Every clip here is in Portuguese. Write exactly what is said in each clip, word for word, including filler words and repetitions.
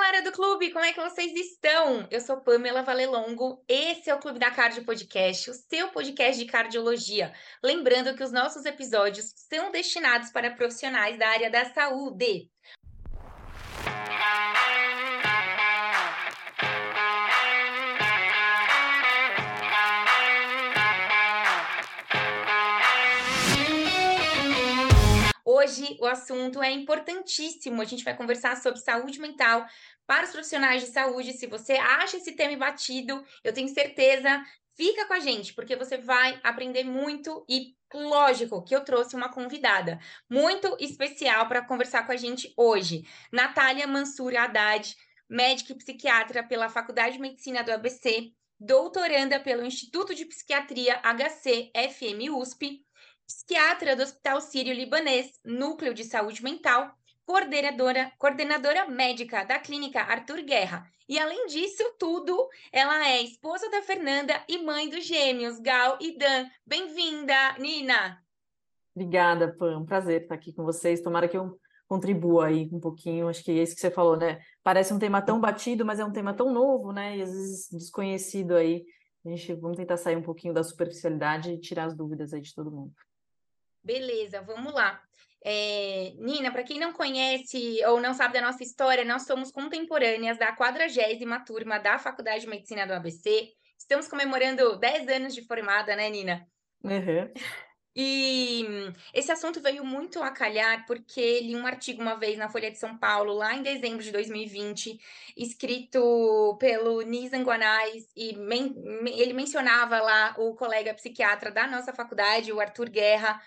galera do clube, como é que vocês estão? Eu sou Pamela Valelongo, esse é o Clube da Cardio Podcast, o seu podcast de cardiologia. Lembrando que os nossos episódios são destinados para profissionais da área da saúde. Hoje o assunto é importantíssimo. A gente vai conversar sobre saúde mental para os profissionais de saúde. Se você acha esse tema batido, eu tenho certeza, fica com a gente, porque você vai aprender muito e, lógico, que eu trouxe uma convidada muito especial para conversar com a gente hoje. Natália Mansur Haddad, médica e psiquiatra pela Faculdade de Medicina do A B C, doutoranda pelo Instituto de Psiquiatria H C F M U S P, psiquiatra do Hospital Sírio-Libanês, Núcleo de Saúde Mental, coordenadora, coordenadora médica da Clínica Arthur Guerra. E além disso tudo, ela é esposa da Fernanda e mãe dos gêmeos, Gal e Dan. Bem-vinda, Nina! Obrigada, Pam. Prazer estar aqui com vocês. Tomara que eu contribua aí um pouquinho. Acho que é isso que você falou, né? Parece um tema tão batido, mas é um tema tão novo, né? E às vezes desconhecido aí. A gente vamos tentar sair um pouquinho da superficialidade e tirar as dúvidas aí de todo mundo. Beleza, vamos lá. É, Nina, para quem não conhece ou não sabe da nossa história, nós somos contemporâneas da quadragésima turma da Faculdade de Medicina do A B C. Estamos comemorando dez anos de formada, né, Nina? Uhum. E hum, esse assunto veio muito a calhar porque li um artigo uma vez na Folha de São Paulo, lá em dezembro de dois mil e vinte, escrito pelo Nizam Guanais, e men ele mencionava lá o colega psiquiatra da nossa faculdade, o Arthur Guerra,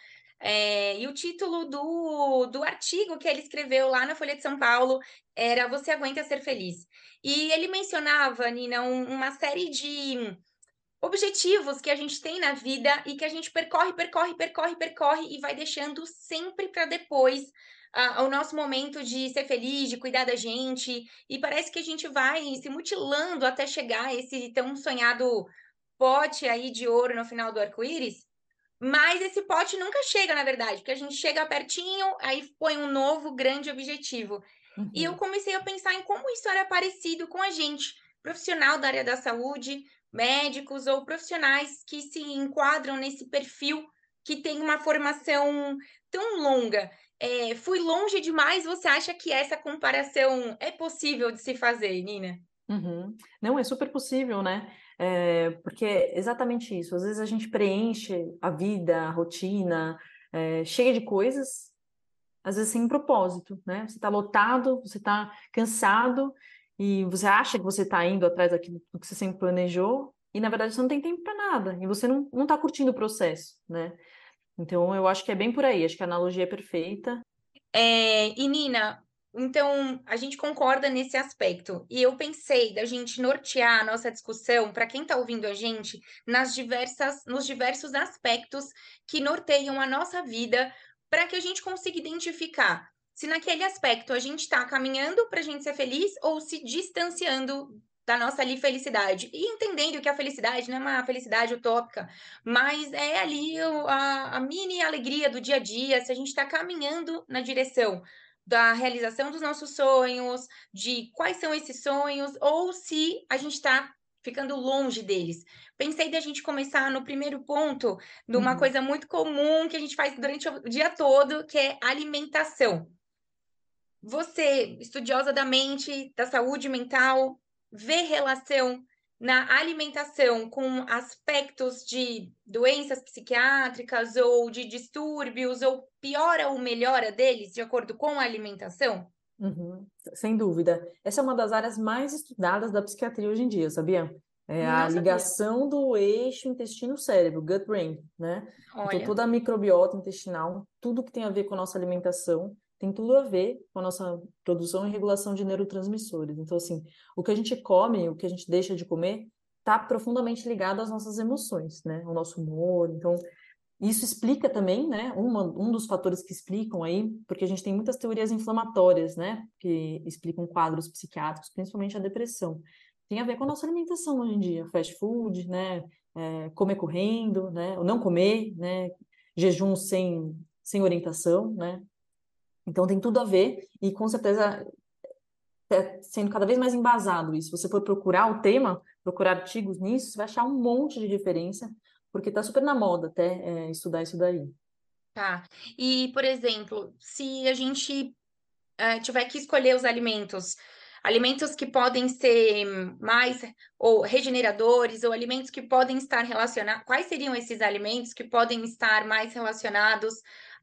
é, e o título do, do artigo que ele escreveu lá na Folha de São Paulo era Você Aguenta Ser Feliz. E ele mencionava, Nina, um, uma série de objetivos que a gente tem na vida e que a gente percorre, percorre, percorre, percorre e vai deixando sempre para depois uh, o nosso momento de ser feliz, de cuidar da gente. E parece que a gente vai se mutilando até chegar a esse tão sonhado pote aí de ouro no final do arco-íris. Mas esse pote nunca chega, na verdade, porque a gente chega pertinho, aí põe um novo grande objetivo. E eu Uhum. comecei a pensar em como isso era parecido com a gente, profissional da área da saúde, médicos ou profissionais que se enquadram nesse perfil que tem uma formação tão longa. É, fui longe demais, você acha que essa comparação é possível de se fazer, Nina? Uhum. Não, é super possível, né? É, porque é exatamente isso. Às vezes a gente preenche a vida, a rotina, é, cheia de coisas, às vezes sem propósito, né? Você está lotado, você está cansado e você acha que você está indo atrás daquilo que você sempre planejou e na verdade você não tem tempo para nada e você não não está curtindo o processo, né? Então eu acho que é bem por aí. Acho que a analogia é perfeita. É, e Nina, então a gente concorda nesse aspecto. E eu pensei da gente nortear a nossa discussão para quem está ouvindo a gente nas diversas, nos diversos aspectos que norteiam a nossa vida, para que a gente consiga identificar se naquele aspecto a gente está caminhando para a gente ser feliz ou se distanciando da nossa ali felicidade. E entendendo que a felicidade não é uma felicidade utópica, mas é ali o- a, a mini alegria do dia a dia, se a gente está caminhando na direção da realização dos nossos sonhos, de quais são esses sonhos, ou se a gente está ficando longe deles. Pensei da gente começar no primeiro ponto, de uma Uhum. coisa muito comum que a gente faz durante o dia todo, que é alimentação. Você, estudiosa da mente, da saúde mental, vê relação na alimentação com aspectos de doenças psiquiátricas ou de distúrbios, ou piora ou melhora deles de acordo com a alimentação? Uhum, sem dúvida. Essa é uma das áreas mais estudadas da psiquiatria hoje em dia, sabia? É a Não sabia. ligação do eixo intestino-cérebro, gut-brain, né? Então, Olha. toda a microbiota intestinal, tudo que tem a ver com a nossa alimentação, tem tudo a ver com a nossa produção e regulação de neurotransmissores. Então, assim, o que a gente come, o que a gente deixa de comer, está profundamente ligado às nossas emoções, né? Ao nosso humor. Então, isso explica também, né, uma, um dos fatores que explicam aí, porque a gente tem muitas teorias inflamatórias, né, que explicam quadros psiquiátricos, principalmente a depressão. Tem a ver com a nossa alimentação hoje em dia, fast food, né, é, comer correndo, né, ou não comer, né, jejum sem, sem orientação, né. Então tem tudo a ver e com certeza tá sendo cada vez mais embasado isso. Se você for procurar o tema, procurar artigos nisso, você vai achar um monte de referência, porque tá super na moda até é, estudar isso daí. Tá. E, por exemplo, se a gente eh, tiver que escolher os alimentos, alimentos que podem ser mais ou regeneradores, ou alimentos que podem estar relacionados, quais seriam esses alimentos que podem estar mais relacionados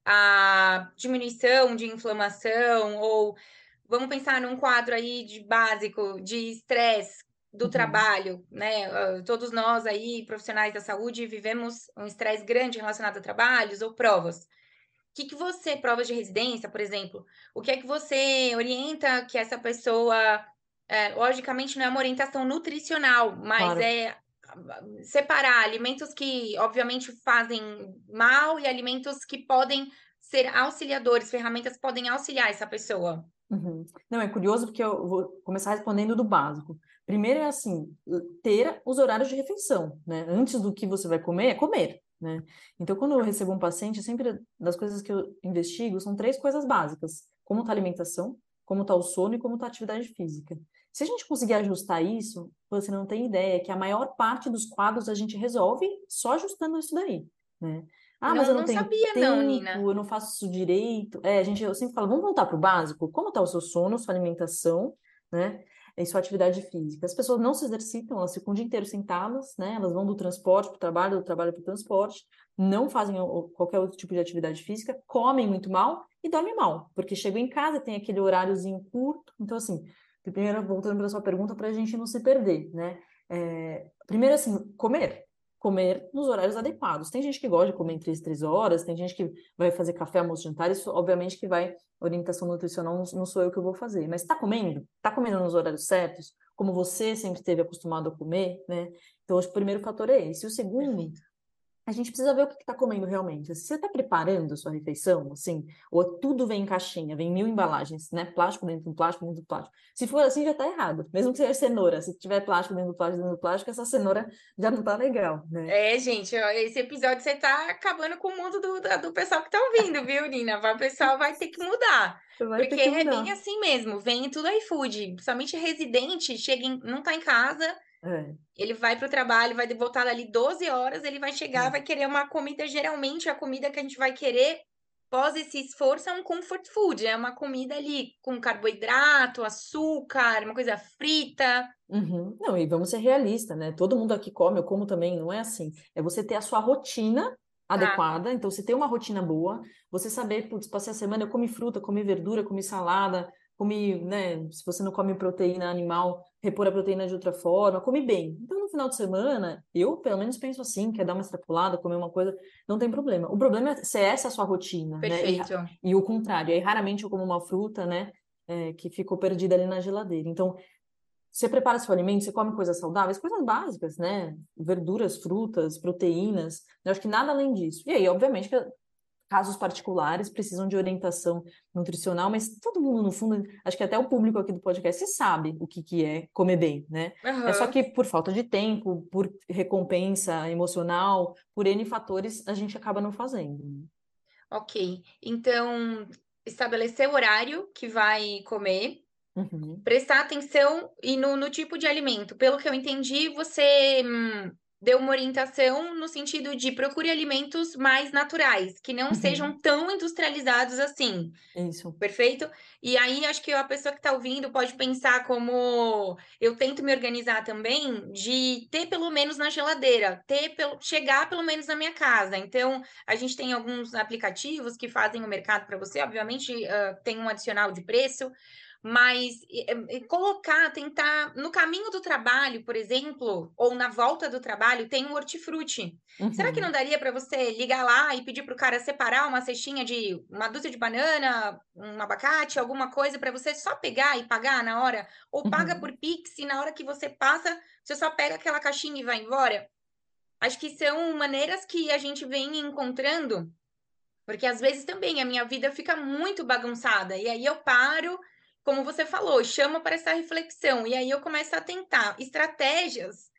à diminuição de inflamação, ou vamos pensar num quadro aí de básico de estresse do Uhum. trabalho, né? Ah, Todos nós aí, profissionais da saúde, vivemos um estresse grande relacionado a trabalhos ou provas. O que que você, provas de residência, por exemplo, o que é que você orienta que essa pessoa, é, logicamente não é uma orientação nutricional, mas Claro. é ah, separar alimentos que obviamente fazem mal e alimentos que podem ser auxiliadores, ferramentas que podem auxiliar essa pessoa. Uhum. Não, é curioso porque eu vou começar respondendo do básico. Primeiro é assim, ter os horários de refeição, né? Antes do que você vai comer, é comer, né? Então, quando eu recebo um paciente, sempre das coisas que eu investigo são três coisas básicas: como está a alimentação, como está o sono e como está a atividade física. Se a gente conseguir ajustar isso, você não tem ideia que a maior parte dos quadros a gente resolve só ajustando isso daí, né? Ah, mas Não, eu não não tenho sabia não, tempo, Nina. eu não faço isso direito. É, a gente, eu sempre falo, vamos voltar para o básico? Como está o seu sono, sua alimentação, né? E sua atividade física. As pessoas não se exercitam, elas ficam o dia inteiro sentadas, né? Elas vão do transporte para o trabalho, do trabalho para o transporte, não fazem o- qualquer outro tipo de atividade física, comem muito mal e dormem mal, porque chegam em casa, tem aquele horáriozinho curto. Então, assim, primeiro, voltando para a sua pergunta, para a gente não se perder, né? É, primeiro, assim, comer comer nos horários adequados. Tem gente que gosta de comer em três, três horas, tem gente que vai fazer café, almoço, jantar, isso obviamente que vai, orientação nutricional não, não sou eu que vou fazer, mas está comendo? Está comendo nos horários certos? Como você sempre esteve acostumado a comer, né? Então, acho que o primeiro fator é esse. E o segundo Perfeito. a gente precisa ver o que está comendo realmente. Se você está preparando a sua refeição, assim, ou tudo vem em caixinha, vem mil embalagens, né? Plástico dentro do plástico, dentro do plástico. Se for assim, já está errado. Mesmo que seja cenoura, se tiver plástico dentro do plástico, dentro do plástico, essa cenoura já não está legal, né? É, gente, ó, esse episódio você tá acabando com o mundo do, da- do pessoal que tá ouvindo, viu, Nina? Vai- O pessoal vai ter que mudar. Você vai ter Porque que é mudar. bem assim mesmo, vem tudo iFood. Principalmente residente, chega em, não tá em casa, É, ele vai pro trabalho, vai voltar dali doze horas, ele vai chegar, é. vai querer uma comida. Geralmente, a comida que a gente vai querer, pós esse esforço, é um comfort food. É uma comida ali com carboidrato, açúcar, uma coisa frita. Uhum. Não, e vamos ser realistas, né? Todo mundo aqui come, eu como também, não é assim. É você ter a sua rotina Tá, adequada, então você ter uma rotina boa, você saber, putz, passei a semana, eu comi fruta, comi verdura, comi salada, comi, né? Se você não come proteína animal, repor a proteína de outra forma, come bem. Então, no final de semana, eu pelo menos penso assim, quer dar uma extrapolada, comer uma coisa, não tem problema. O problema é se é essa a sua rotina, né? E, ra- perfeito. e o contrário, aí raramente eu como uma fruta, né? É, que ficou perdida ali na geladeira. Então, você prepara seu alimento, você come coisas saudáveis, coisas básicas, né? Verduras, frutas, proteínas. Eu acho que nada além disso. E aí, obviamente, que casos particulares precisam de orientação nutricional, mas todo mundo, no fundo, acho que até o público aqui do podcast sabe o que que é comer bem, né? É só Aham. que por falta de tempo, por recompensa emocional, por N fatores, a gente acaba não fazendo, né? Ok. Então, estabelecer o horário que vai comer, Uhum, prestar atenção e no, no tipo de alimento. Pelo que eu entendi, você hum, deu uma orientação no sentido de procure alimentos mais naturais, que não uhum, sejam tão industrializados assim. isso. Perfeito? E aí, acho que a pessoa que está ouvindo pode pensar como eu tento me organizar também de ter pelo menos na geladeira, ter pelo, chegar pelo menos na minha casa. Então, a gente tem alguns aplicativos que fazem o mercado para você, obviamente, ah, tem um adicional de preço, mas e- e colocar, tentar no caminho do trabalho, por exemplo, ou na volta do trabalho, tem um hortifruti. Será que não Uhum, daria para você ligar lá e pedir para o cara separar uma cestinha de uma dúzia de banana, um abacate, alguma coisa para você só pegar e pagar na hora? Ou paga por uhum, Pix e na hora que você passa, você só pega aquela caixinha e vai embora? Acho que são maneiras que a gente vem encontrando, porque às vezes também a minha vida fica muito bagunçada e aí eu paro, como você falou, chamo para essa reflexão e aí eu começo a tentar estratégias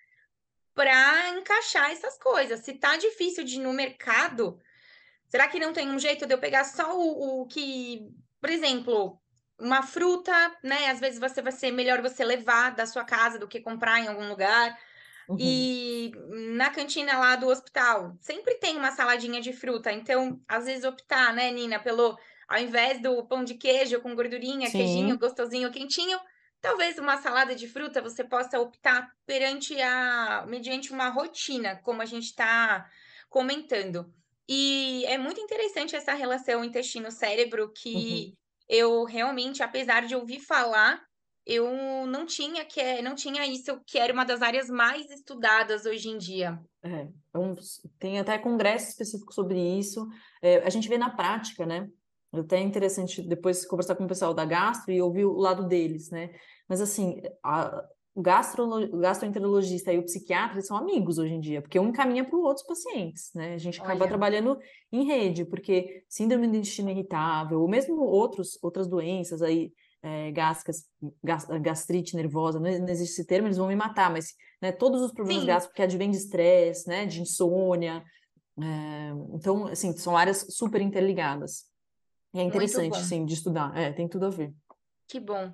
para encaixar essas coisas. Se tá difícil de ir no mercado, será que não tem um jeito de eu pegar só o, o que, por exemplo, uma fruta, né, às vezes você vai ser melhor você levar da sua casa do que comprar em algum lugar. Uhum. E na cantina lá do hospital, sempre tem uma saladinha de fruta, então, às vezes optar, né, Nina, pelo ao invés do pão de queijo com gordurinha, queijinho Sim. gostosinho, quentinho, talvez uma salada de fruta você possa optar perante a mediante uma rotina, como a gente está comentando. E é muito interessante essa relação intestino-cérebro que Uhum. eu realmente, apesar de ouvir falar, eu não tinha que é não tinha isso, que era uma das áreas mais estudadas hoje em dia. É, então, tem até congresso específico sobre isso. É, a gente vê na prática, né? É até interessante depois conversar com o pessoal da gastro e ouvir o lado deles, né? Mas assim, a, o gastro, o gastroenterologista e o psiquiatra eles são amigos hoje em dia, porque um encaminha para os outros pacientes, né? A gente acaba Olha, trabalhando em rede, porque síndrome do intestino irritável, ou mesmo outros, outras doenças aí, é, gástricas, gas- gastrite nervosa, não não existe esse termo, eles vão me matar, mas né, todos os problemas sim, gástricos que advêm de estresse, né, de insônia. É, então, assim, são áreas super interligadas. E é muito interessante, bom, sim, de estudar. É, tem tudo a ver. que bom.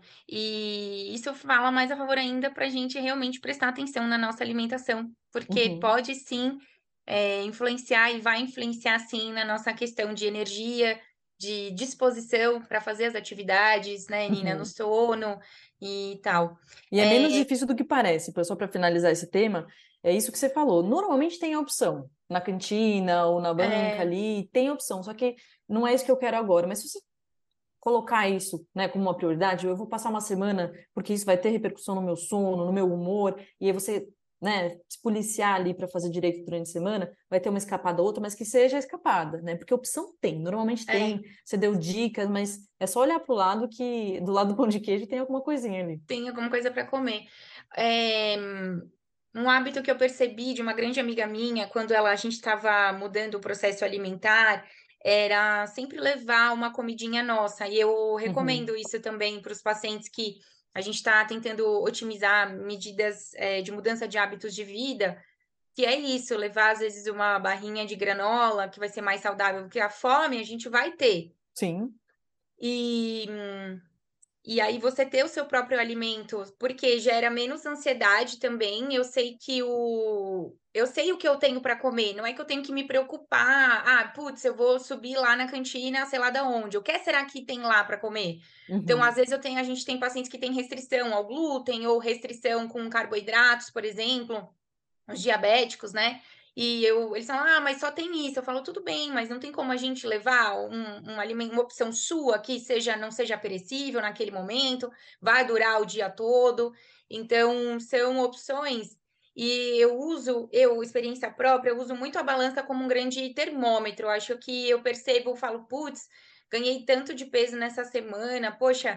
E isso fala mais a favor ainda para a gente realmente prestar atenção na nossa alimentação, porque Uhum, pode sim, eh, influenciar e vai influenciar sim na nossa questão de energia, de disposição para fazer as atividades, né, Nina, no uhum. sono e tal. E é menos Eh difícil do que parece, só para finalizar esse tema, é isso que você falou. Normalmente tem a opção, na cantina ou na banca é, ali, tem a opção, só que não é isso que eu quero agora. Mas se você colocar isso, né, como uma prioridade, eu vou passar uma semana porque isso vai ter repercussão no meu sono, no meu humor, e aí você, né, se policiar ali para fazer direito durante a semana, vai ter uma escapada ou outra, mas que seja escapada, né? Porque opção tem, normalmente é. tem, você deu dicas, mas é só olhar para o lado que do lado do pão de queijo tem alguma coisinha ali. Tem alguma coisa para comer. Eh, um hábito que eu percebi de uma grande amiga minha, quando ela a gente estava mudando o processo alimentar, era sempre levar uma comidinha nossa. E eu Uhum, recomendo isso também para os pacientes que a gente está tentando otimizar medidas, eh, de mudança de hábitos de vida, que é isso, levar às vezes uma barrinha de granola, que vai ser mais saudável, porque a fome a gente vai ter. sim. E e aí você ter o seu próprio alimento, porque gera menos ansiedade também. Eu sei que o eu sei o que eu tenho para comer, não é que eu tenho que me preocupar: "Ah, putz, eu vou subir lá na cantina, sei lá da onde, o que será que tem lá para comer?". Então, às Uhum, vezes eu tenho a gente tem pacientes que têm restrição ao glúten ou restrição com carboidratos, por exemplo, os diabéticos, né? E eu, eles falam, ah, mas só tem isso. Eu falo, tudo bem, mas não tem como a gente levar um, um alimento, uma opção sua que seja, não seja perecível naquele momento, vai durar o dia todo. Então, são opções. E eu uso, eu, experiência própria, eu uso muito a balança como um grande termômetro. Eu acho que eu percebo, eu falo, putz, ganhei tanto de peso nessa semana, poxa.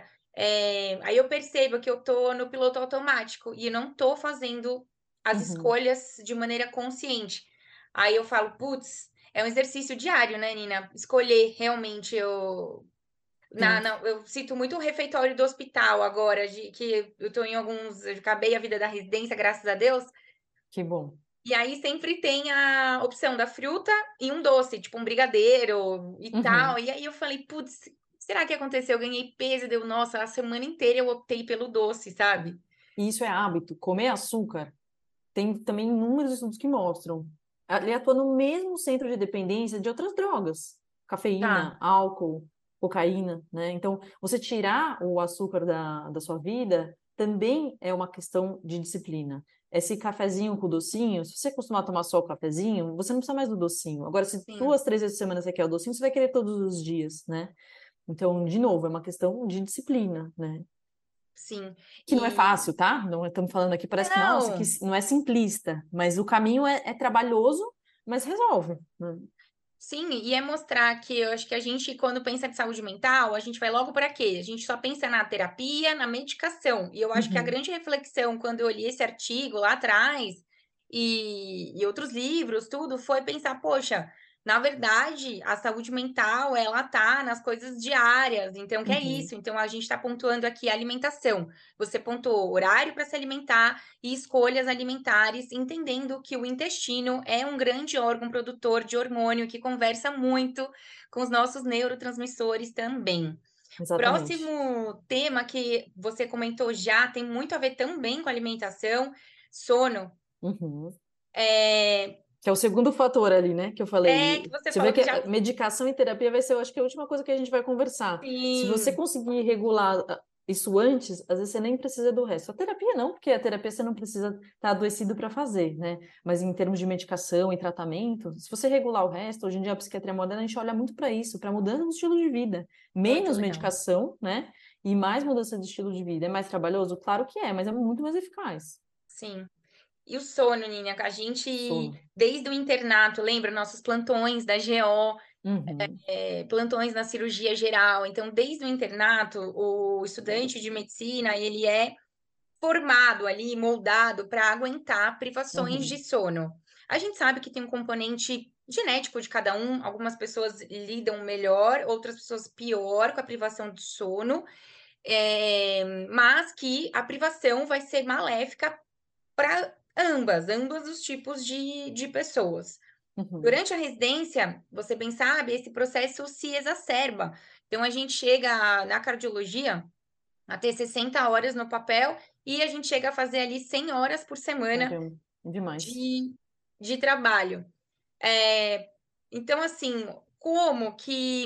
É, aí eu percebo que eu tô no piloto automático e não tô fazendo as uhum, escolhas de maneira consciente. Aí eu falo, putz, é um exercício diário, né, Nina? Escolher realmente eu na, sim, na- eu cito muito o refeitório do hospital agora, de que eu tô em alguns, eu acabei a vida da residência, graças a Deus. que bom. E aí sempre tem a opção da fruta e um doce, tipo um brigadeiro e tal. Uhum. E aí eu falei, putz, será que aconteceu? Eu ganhei peso e deu, nossa, a semana inteira eu optei pelo doce, sabe? E isso é hábito. Comer açúcar tem também inúmeros estudos que mostram. Ele atua no mesmo centro de dependência de outras drogas, cafeína, Tá, álcool, cocaína, né? Então, você tirar o açúcar da, da sua vida também é uma questão de disciplina. Esse cafezinho com docinho, se você costumar tomar só o cafezinho, você não precisa mais do docinho. Agora, se sim, duas, três vezes por semana você quer o docinho, você vai querer todos os dias, né? Então, de novo, é uma questão de disciplina, né? sim. Que não é E fácil, tá? Não estamos falando aqui, parece que, nossa, que não, não é simplista, mas o caminho é, é trabalhoso, mas resolve, né? sim, e é mostrar que eu acho que a gente, quando pensa em saúde mental, a gente vai logo para quê? A gente só pensa na terapia, na medicação. E eu acho que a Uhum, grande reflexão, quando eu li esse artigo lá atrás, e, e outros livros, tudo, foi pensar, poxa, na verdade, a saúde mental, ela tá nas coisas diárias. Então, que é uhum. isso? Então, a gente está pontuando aqui a alimentação. Você pontuou horário para se alimentar e escolhas alimentares, entendendo que o intestino é um grande órgão produtor de hormônio que conversa muito com os nossos neurotransmissores também. Exatamente. Próximo tema que você comentou já tem muito a ver também com alimentação, sono. Uhum. É, Que é o segundo fator ali, né? Que eu é que falei. você Você vê falou que que já a medicação e terapia vai ser, eu acho que é a última coisa que a gente vai conversar. Se você sim, conseguir regular ah, isso antes, às vezes você nem precisa do resto. A terapia não, porque a terapia você não precisa estar adoecido para fazer, né? Mas em termos de medicação e tratamento, se você regular o resto, hoje em dia a psiquiatria moderna a gente olha muito para isso, para mudança no estilo de vida. muito Menos legal. medicação, né? E mais mudança de estilo de vida. É mais trabalhoso? Claro que é, mas é muito mais eficaz. Sim. E o sono, Nina, a gente, Sono. desde o internato, lembra nossos plantões da G O, Uhum, é, plantões na cirurgia geral. Então, desde o internato, o estudante de medicina, ele é formado ali, moldado para aguentar privações de uhum, sono. A gente sabe que tem um componente genético de cada um, algumas pessoas lidam melhor, outras pessoas pior com a privação de sono, é, mas que a privação vai ser maléfica para ambas, ambos os tipos de, de pessoas. uhum. Durante a residência, você bem sabe, esse processo se exacerba. Então, a gente chega na cardiologia a ter sessenta horas no papel e a gente chega a fazer ali cem horas por semana Caramba, demais. de, de trabalho. É, então, assim, como que.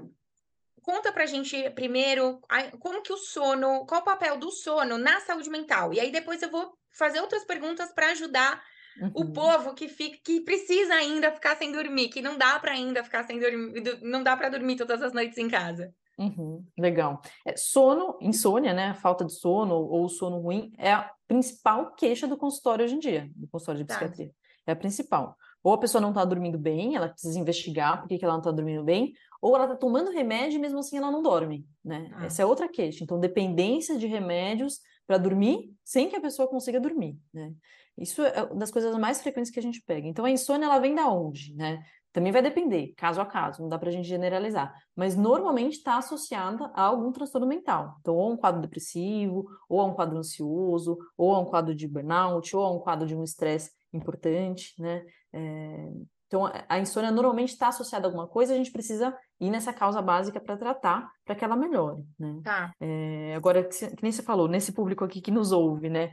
Conta pra gente primeiro a- como que o sono, qual o papel do sono na saúde mental? E aí depois eu vou fazer outras perguntas para ajudar o Uhum, povo que fica, que precisa ainda ficar sem dormir, que não dá para ainda ficar sem dormir, não dá para dormir todas as noites em casa. uhum, legal. É, sono, insônia, né? Falta de sono ou sono ruim é a principal queixa do consultório hoje em dia, do consultório de Tá, psiquiatria. É a principal. Ou a pessoa não está dormindo bem, ela precisa investigar por que que ela não está dormindo bem, ou ela está tomando remédio e mesmo assim ela não dorme, né? tá, Essa é outra queixa. Então, dependência de remédios para dormir sem que a pessoa consiga dormir, né? Isso é uma das coisas mais frequentes que a gente pega. Então, a insônia, ela vem da onde, né? Também vai depender, caso a caso, não dá para a gente generalizar, mas normalmente está associada a algum transtorno mental. Então, ou a um quadro depressivo, ou a um quadro ansioso, ou a um quadro de burnout, ou a um quadro de um estresse importante, né? É, então, a insônia normalmente está associada a alguma coisa, a gente precisa ir nessa causa básica para tratar, para que ela melhore, né? tá. É, agora, que, que nem você falou, nesse público aqui que nos ouve, né?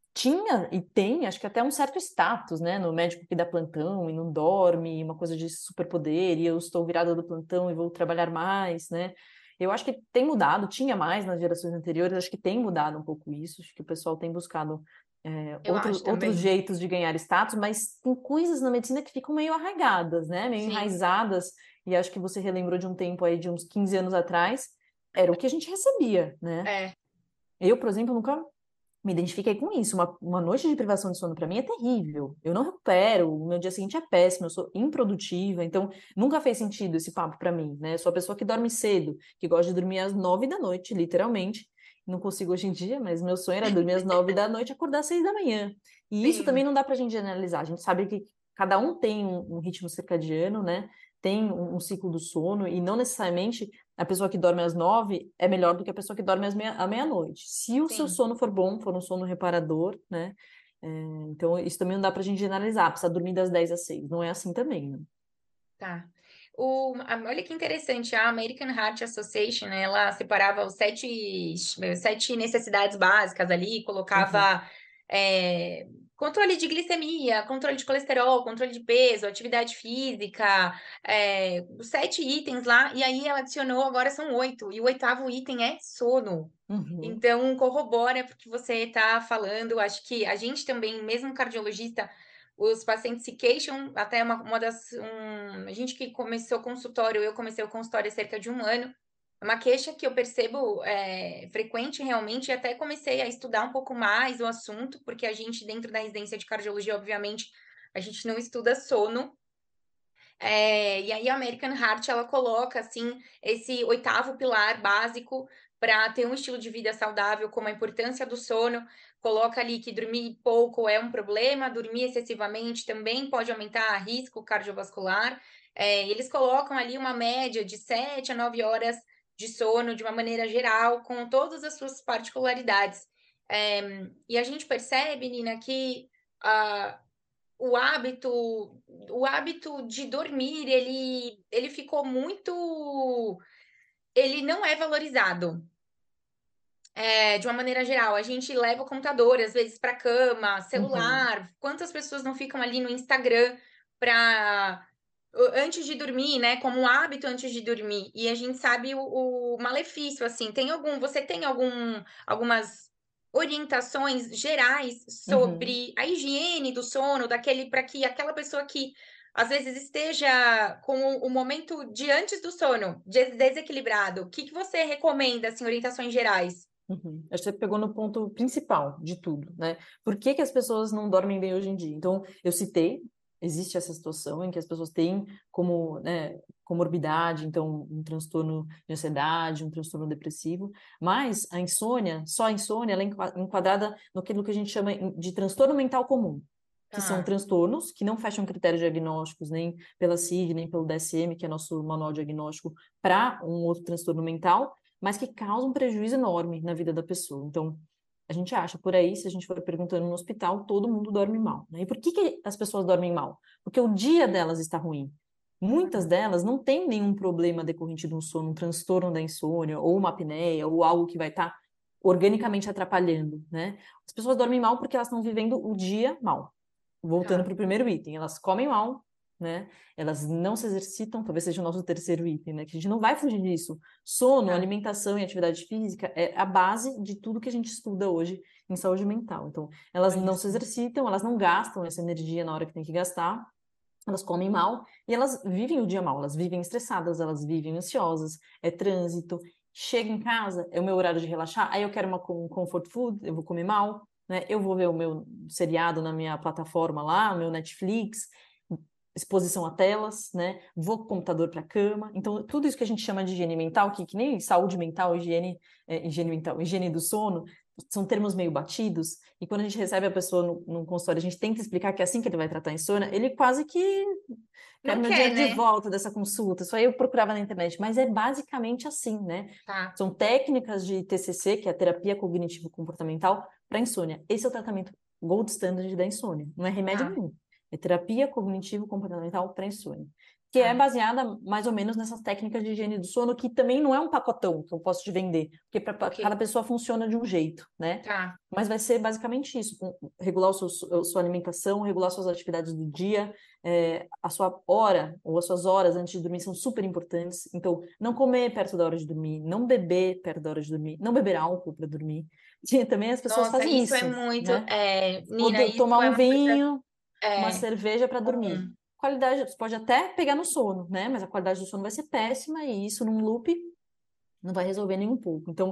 Tinha e tem, acho que até um certo status, né, no médico que dá plantão e não dorme, uma coisa de superpoder, e eu estou virada do plantão e vou trabalhar mais, né? Eu acho que tem mudado, tinha mais nas gerações anteriores, acho que tem mudado um pouco isso, acho que o pessoal tem buscado é, Eu outros, acho outros também. jeitos de ganhar status, mas tem coisas na medicina que ficam meio arraigadas, né, meio Sim, enraizadas, e acho que você relembrou de um tempo aí, de uns quinze anos atrás, era o que a gente recebia, né? é, Eu, por exemplo, nunca me identifiquei com isso. Uma, uma noite de privação de sono para mim é terrível. Eu não recupero, o meu dia seguinte é péssimo, eu sou improdutiva, então nunca fez sentido esse papo para mim, né? Eu sou a pessoa que dorme cedo, que gosta de dormir às nove da noite, literalmente. Não consigo hoje em dia, mas meu sonho era dormir às nove da noite e acordar às seis da manhã. E isso sim, também não dá pra gente generalizar. A gente sabe que cada um tem um, um ritmo circadiano, né? Tem um, um ciclo do sono, e não necessariamente a pessoa que dorme às nove é melhor do que a pessoa que dorme às meia, à meia-noite. Se o seu sim, sono for bom, for um sono reparador, né? É, então, isso também não dá pra gente generalizar, precisa dormir das dez às seis. Não é assim também, né? tá. O, a- olha que interessante, a American Heart Association, né, ela separava os sete, sete necessidades básicas ali, Uhum, colocava é, controle de glicemia, controle de colesterol, controle de peso, atividade física, é, os sete itens lá, e aí ela adicionou, agora são oito, e o oitavo item é sono. uhum, Então, corrobora porque você está falando, acho que a gente também, mesmo cardiologista, os pacientes se queixam, até uma, uma das. Um, a gente que começou o consultório, eu comecei o consultório há cerca de um ano, é uma queixa que eu percebo é, frequente realmente, e até comecei a estudar um pouco mais o assunto, porque a gente, dentro da residência de cardiologia, obviamente, a gente não estuda sono. É, e aí a American Heart ela coloca assim esse oitavo pilar básico para ter um estilo de vida saudável, como a importância do sono, coloca ali que dormir pouco é um problema, dormir excessivamente também pode aumentar risco cardiovascular. É, eles colocam ali uma média de sete a nove horas de sono de uma maneira geral, com todas as suas particularidades. É, e a gente percebe, Nina, que uh, o hábito, o hábito de dormir, ele, ele ficou muito ele não é valorizado. É, de uma maneira geral, a gente leva o computador, às vezes, para cama, Uhum, celular. Quantas pessoas não ficam ali no Instagram para antes de dormir, né? Como um hábito antes de dormir. E a gente sabe o, o malefício, assim. Tem algum, você tem algum, algumas orientações gerais uhum. sobre a higiene do sono, daquele, para que aquela pessoa que às vezes esteja com o, o momento de antes do sono des- desequilibrado, o que que você recomenda, assim, orientações gerais? Uhum. Acho que você pegou no ponto principal de tudo, né? Por que que as pessoas não dormem bem hoje em dia? Então, eu citei, existe essa situação em que as pessoas têm como, né, comorbidade, então, um transtorno de ansiedade, um transtorno depressivo, mas a insônia, só a insônia, ela é enqua- enquadrada no que a gente chama de transtorno mental comum, que são Tá, transtornos que não fecham critérios diagnósticos nem pela C I D, nem pelo D S M, que é nosso manual diagnóstico, para um outro transtorno mental, mas que causam um prejuízo enorme na vida da pessoa. Então, a gente acha por aí, se a gente for perguntando no hospital, todo mundo dorme mal, né? E por que que as pessoas dormem mal? Porque o dia delas está ruim. Muitas delas não têm nenhum problema decorrente de um sono, um transtorno da insônia, ou uma apneia, ou algo que vai estar organicamente atrapalhando, né? As pessoas dormem mal porque elas estão vivendo o dia mal. Voltando tá. para o primeiro item, elas comem mal, né? Elas não se exercitam, talvez seja o nosso terceiro item, né? Que a gente não vai fugir disso. Sono, Tá. alimentação e atividade física é a base de tudo que a gente estuda hoje em saúde mental. Então, elas Olha não se só. exercitam, elas não gastam essa energia na hora que tem que gastar, elas comem mal e elas vivem o dia mal, elas vivem estressadas, elas vivem ansiosas, é trânsito. Chega em casa, é o meu horário de relaxar, aí eu quero uma com- comfort food, eu vou comer mal, né? Eu vou ver o meu seriado na minha plataforma lá, o meu Netflix, exposição a telas, né? Vou com o computador para a cama. Então, tudo isso que a gente chama de higiene mental, que, que nem saúde mental, higiene, é, higiene mental, higiene do sono, são termos meio batidos. E quando a gente recebe a pessoa no, no consultório, a gente tenta explicar que é assim que ele vai tratar a insônia, ele quase que quero Não meu quer, dinheiro de né? volta dessa consulta. Isso aí eu procurava na internet, mas é basicamente assim, né? Tá, São técnicas de T C C, que é a terapia cognitivo-comportamental, para insônia. Esse é o tratamento gold standard da insônia. Não é remédio tá, nenhum. É terapia cognitivo-comportamental para insônia, que é tá. baseada mais ou menos nessas técnicas de higiene do sono, que também não é um pacotão que eu posso te vender, porque para Ok, cada pessoa funciona de um jeito, né? tá. Mas vai ser basicamente isso: com- regular o seu, a sua alimentação, regular suas atividades do dia, é, a sua hora ou as suas horas antes de dormir são super importantes. Então, não comer perto da hora de dormir, não beber perto da hora de dormir, não beber álcool para dormir. Que também as pessoas Nossa, fazem isso é isso, muito. né? É, Ou Nina, do- isso tomar é um uma coisa vinho, uma é, cerveja para dormir. comum. Qualidade, você pode até pegar no sono, né? Mas a qualidade do sono vai ser péssima e isso num loop não vai resolver nem um pouco. Então,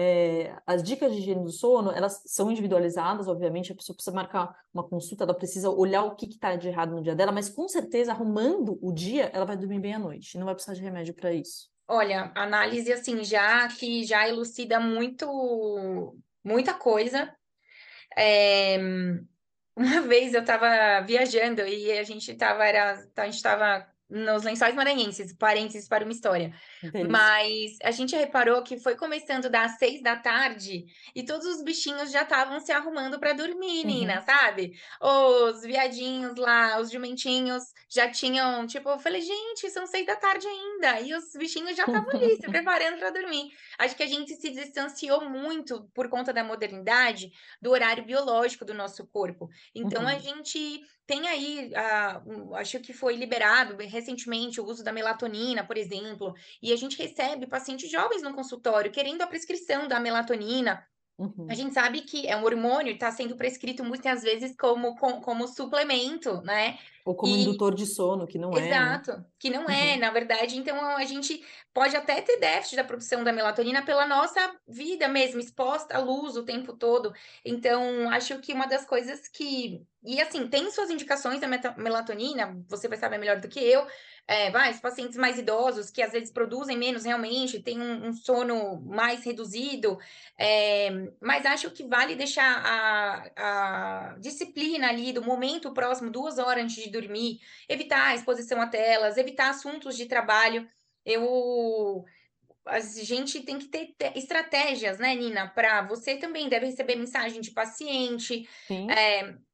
é, as dicas de higiene do sono, elas são individualizadas, obviamente, a pessoa precisa marcar uma consulta, ela precisa olhar o que está de errado no dia dela, mas com certeza, arrumando o dia, ela vai dormir bem à noite, não vai precisar de remédio para isso. Olha, análise assim, já que já elucida muito, muita coisa. É, uma vez eu tava viajando e a gente tava, era, a gente tava nos Lençóis Maranhenses, parênteses para uma história. Delícia. Mas a gente reparou que foi começando das seis da tarde e todos os bichinhos já estavam se arrumando para dormir, Nina, Uhum, sabe? Os viadinhos lá, os jumentinhos já tinham, tipo, eu falei, gente, são seis da tarde ainda. E os bichinhos já estavam ali se preparando para dormir. Acho que a gente se distanciou muito por conta da modernidade do horário biológico do nosso corpo. Então a uhum, gente tem aí, ah, um, acho que foi liberado recentemente o uso da melatonina, por exemplo, e a gente recebe pacientes jovens no consultório querendo a prescrição da melatonina. A uhum. gente sabe que é um hormônio, está sendo prescrito muitas vezes como, como, como suplemento, né? Ou como E indutor de sono, que não é, né? exato, que não é, Uhum, na verdade. Então, a gente pode até ter déficit da produção da melatonina pela nossa vida mesmo, exposta à luz o tempo todo. Então, acho que uma das coisas que. E assim, tem suas indicações da meta- melatonina, você vai saber melhor do que eu. É, vai, os pacientes mais idosos, que às vezes produzem menos realmente, têm um, um sono mais reduzido. É, mas acho que vale deixar a, a disciplina ali do momento próximo, duas horas antes de dormir, evitar a exposição a telas, evitar assuntos de trabalho. Eu, a gente tem que ter te- estratégias, né, Nina? Para você também deve receber mensagem de paciente. sim. é,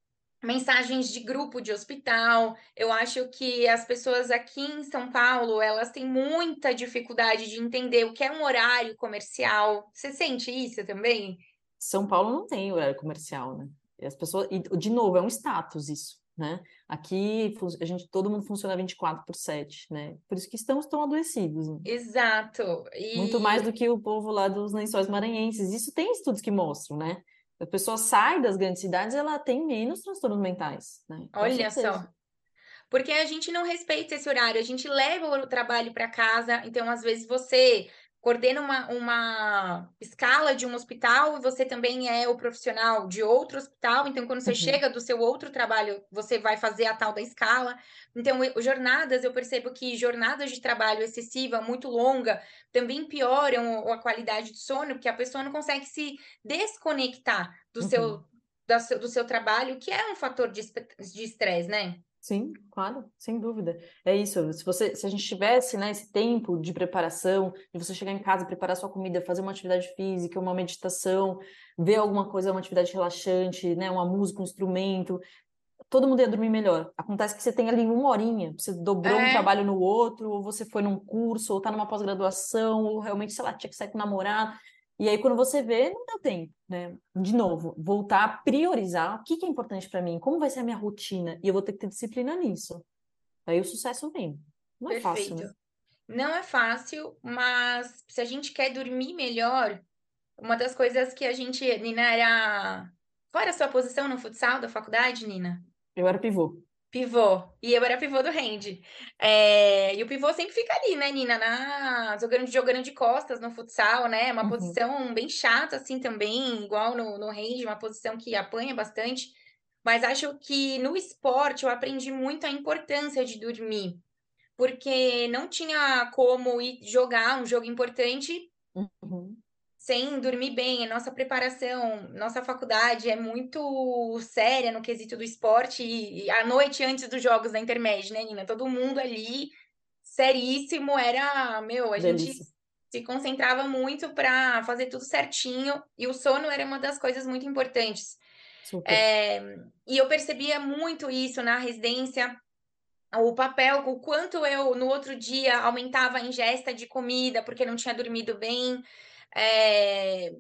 mensagens de grupo de hospital. Eu acho que as pessoas aqui em São Paulo, elas têm muita dificuldade de entender o que é um horário comercial. Você sente isso também? São Paulo não tem horário comercial, né? E as pessoas, e de novo, é um status isso, né? Aqui fu- a gente, todo mundo funciona vinte e quatro por sete, né? Por isso que estamos tão adoecidos, né? Exato. Muito mais do E que o povo lá dos Lençóis Maranhenses. Isso tem estudos que mostram, né? A pessoa sai das grandes cidades, ela tem menos transtornos mentais, né? Com olha certeza. só. Porque a gente não respeita esse horário, a gente leva o trabalho para casa, então às vezes você coordena uma, uma escala de um hospital e você também é o profissional de outro hospital, então quando você Uhum, chega do seu outro trabalho, você vai fazer a tal da escala. Então, e- jornadas, eu percebo que jornadas de trabalho excessiva, muito longa, também pioram a qualidade do sono, porque a pessoa não consegue se desconectar do seu, uhum. da seu- do seu trabalho, que é um fator de espe- de estresse, né? Sim, claro, sem dúvida. É isso. Se você, se a gente tivesse, né, esse tempo de preparação, de você chegar em casa, preparar sua comida, fazer uma atividade física, uma meditação, ver alguma coisa, uma atividade relaxante, né, uma música, um instrumento, todo mundo ia dormir melhor. Acontece que você tem ali uma horinha, você dobrou um É. trabalho no outro, ou você foi num curso, ou tá numa pós-graduação, ou realmente, sei lá, tinha que sair com o namorado. E aí, quando você vê, não deu tempo, né? De novo, voltar a priorizar o que que é importante para mim, como vai ser a minha rotina, e eu vou ter que ter disciplina nisso. Aí o sucesso vem. Não é fácil, Perfeito. né? Não é fácil, mas se a gente quer dormir melhor, uma das coisas que a gente, Nina, era. Qual era a sua posição no futsal da faculdade, Nina? Eu era pivô. Pivô. E eu era pivô do hand. É, e o pivô sempre fica ali, né, Nina? Na... Jogando, jogando de costas no futsal, né? Uma Uhum, posição bem chata, assim, também, igual no, no hand, uma posição que apanha bastante. Mas acho que no esporte eu aprendi muito a importância de dormir. Porque não tinha como ir jogar um jogo importante uhum. sem dormir bem. A nossa preparação, nossa faculdade é muito séria no quesito do esporte e, e à noite antes dos jogos da Intermédio, né, Nina? Todo mundo ali seríssimo, era, meu, a gente Delícia. se concentrava muito para fazer tudo certinho e o sono era uma das coisas muito importantes. Super. É, e eu percebia muito isso na residência, o papel, o quanto eu no outro dia aumentava a ingesta de comida porque não tinha dormido bem, é,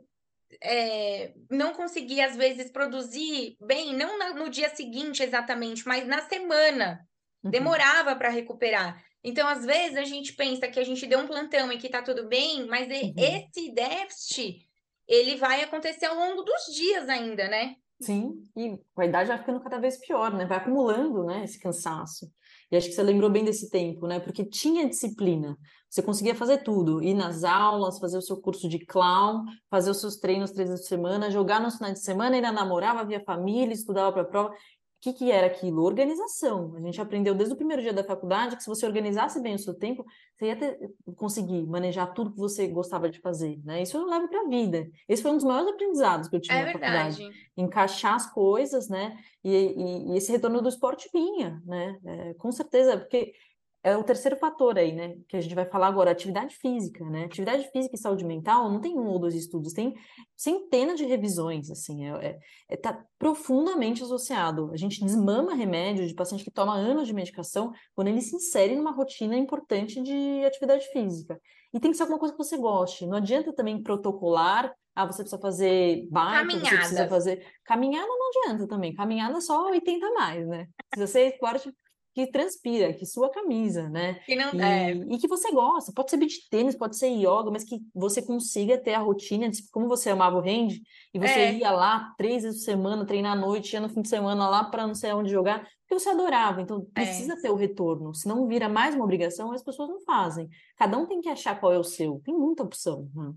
é, não conseguia às vezes produzir bem, não na- no dia seguinte exatamente, mas na semana. Uhum, Demorava para recuperar. Então, às vezes, a gente pensa que a gente deu um plantão e que tá tudo bem, mas e- uhum. esse déficit, ele vai acontecer ao longo dos dias ainda, né? Sim, e com a idade vai ficando cada vez pior, né? Vai acumulando, né, esse cansaço. E acho que você lembrou bem desse tempo, né? Porque tinha disciplina. Você conseguia fazer tudo, ir nas aulas, fazer o seu curso de clown, fazer os seus treinos três vezes por semana, jogar nos finais de semana, ainda namorava, via família, estudava para a prova. O que que era aquilo? Organização. A gente aprendeu desde o primeiro dia da faculdade que se você organizasse bem o seu tempo, você ia ter, conseguir manejar tudo que você gostava de fazer, né? Isso eu levo para a vida. Esse foi um dos maiores aprendizados que eu tive É na faculdade, verdade. encaixar as coisas, né? E, e, e esse retorno do esporte vinha, né? É, com certeza, porque é o terceiro fator aí, né? Que a gente vai falar agora, atividade física, né? Atividade física e saúde mental não tem um ou dois estudos, tem centenas de revisões, assim, é, é, é- tá profundamente associado. A gente desmama remédio de paciente que toma anos de medicação quando ele se insere numa rotina importante de atividade física. E tem que ser alguma coisa que você goste. Não adianta também protocolar. Ah, você precisa fazer bike, você precisa Caminhada. fazer. Caminhada não adianta também. Caminhada só oitenta a mais, né? Precisa ser esporte que transpira, que sua camisa, né? Que não, é, E, e que você gosta. Pode ser beach tênis, pode ser yoga, mas que você consiga ter a rotina de como você amava o hand, e você é, ia lá três vezes por semana, treinar à noite, ia no fim de semana lá para não sei onde jogar, porque você adorava. Então é. precisa ter o retorno. Senão vira mais uma obrigação, as pessoas não fazem. Cada um tem que achar qual é o seu. Tem muita opção, né?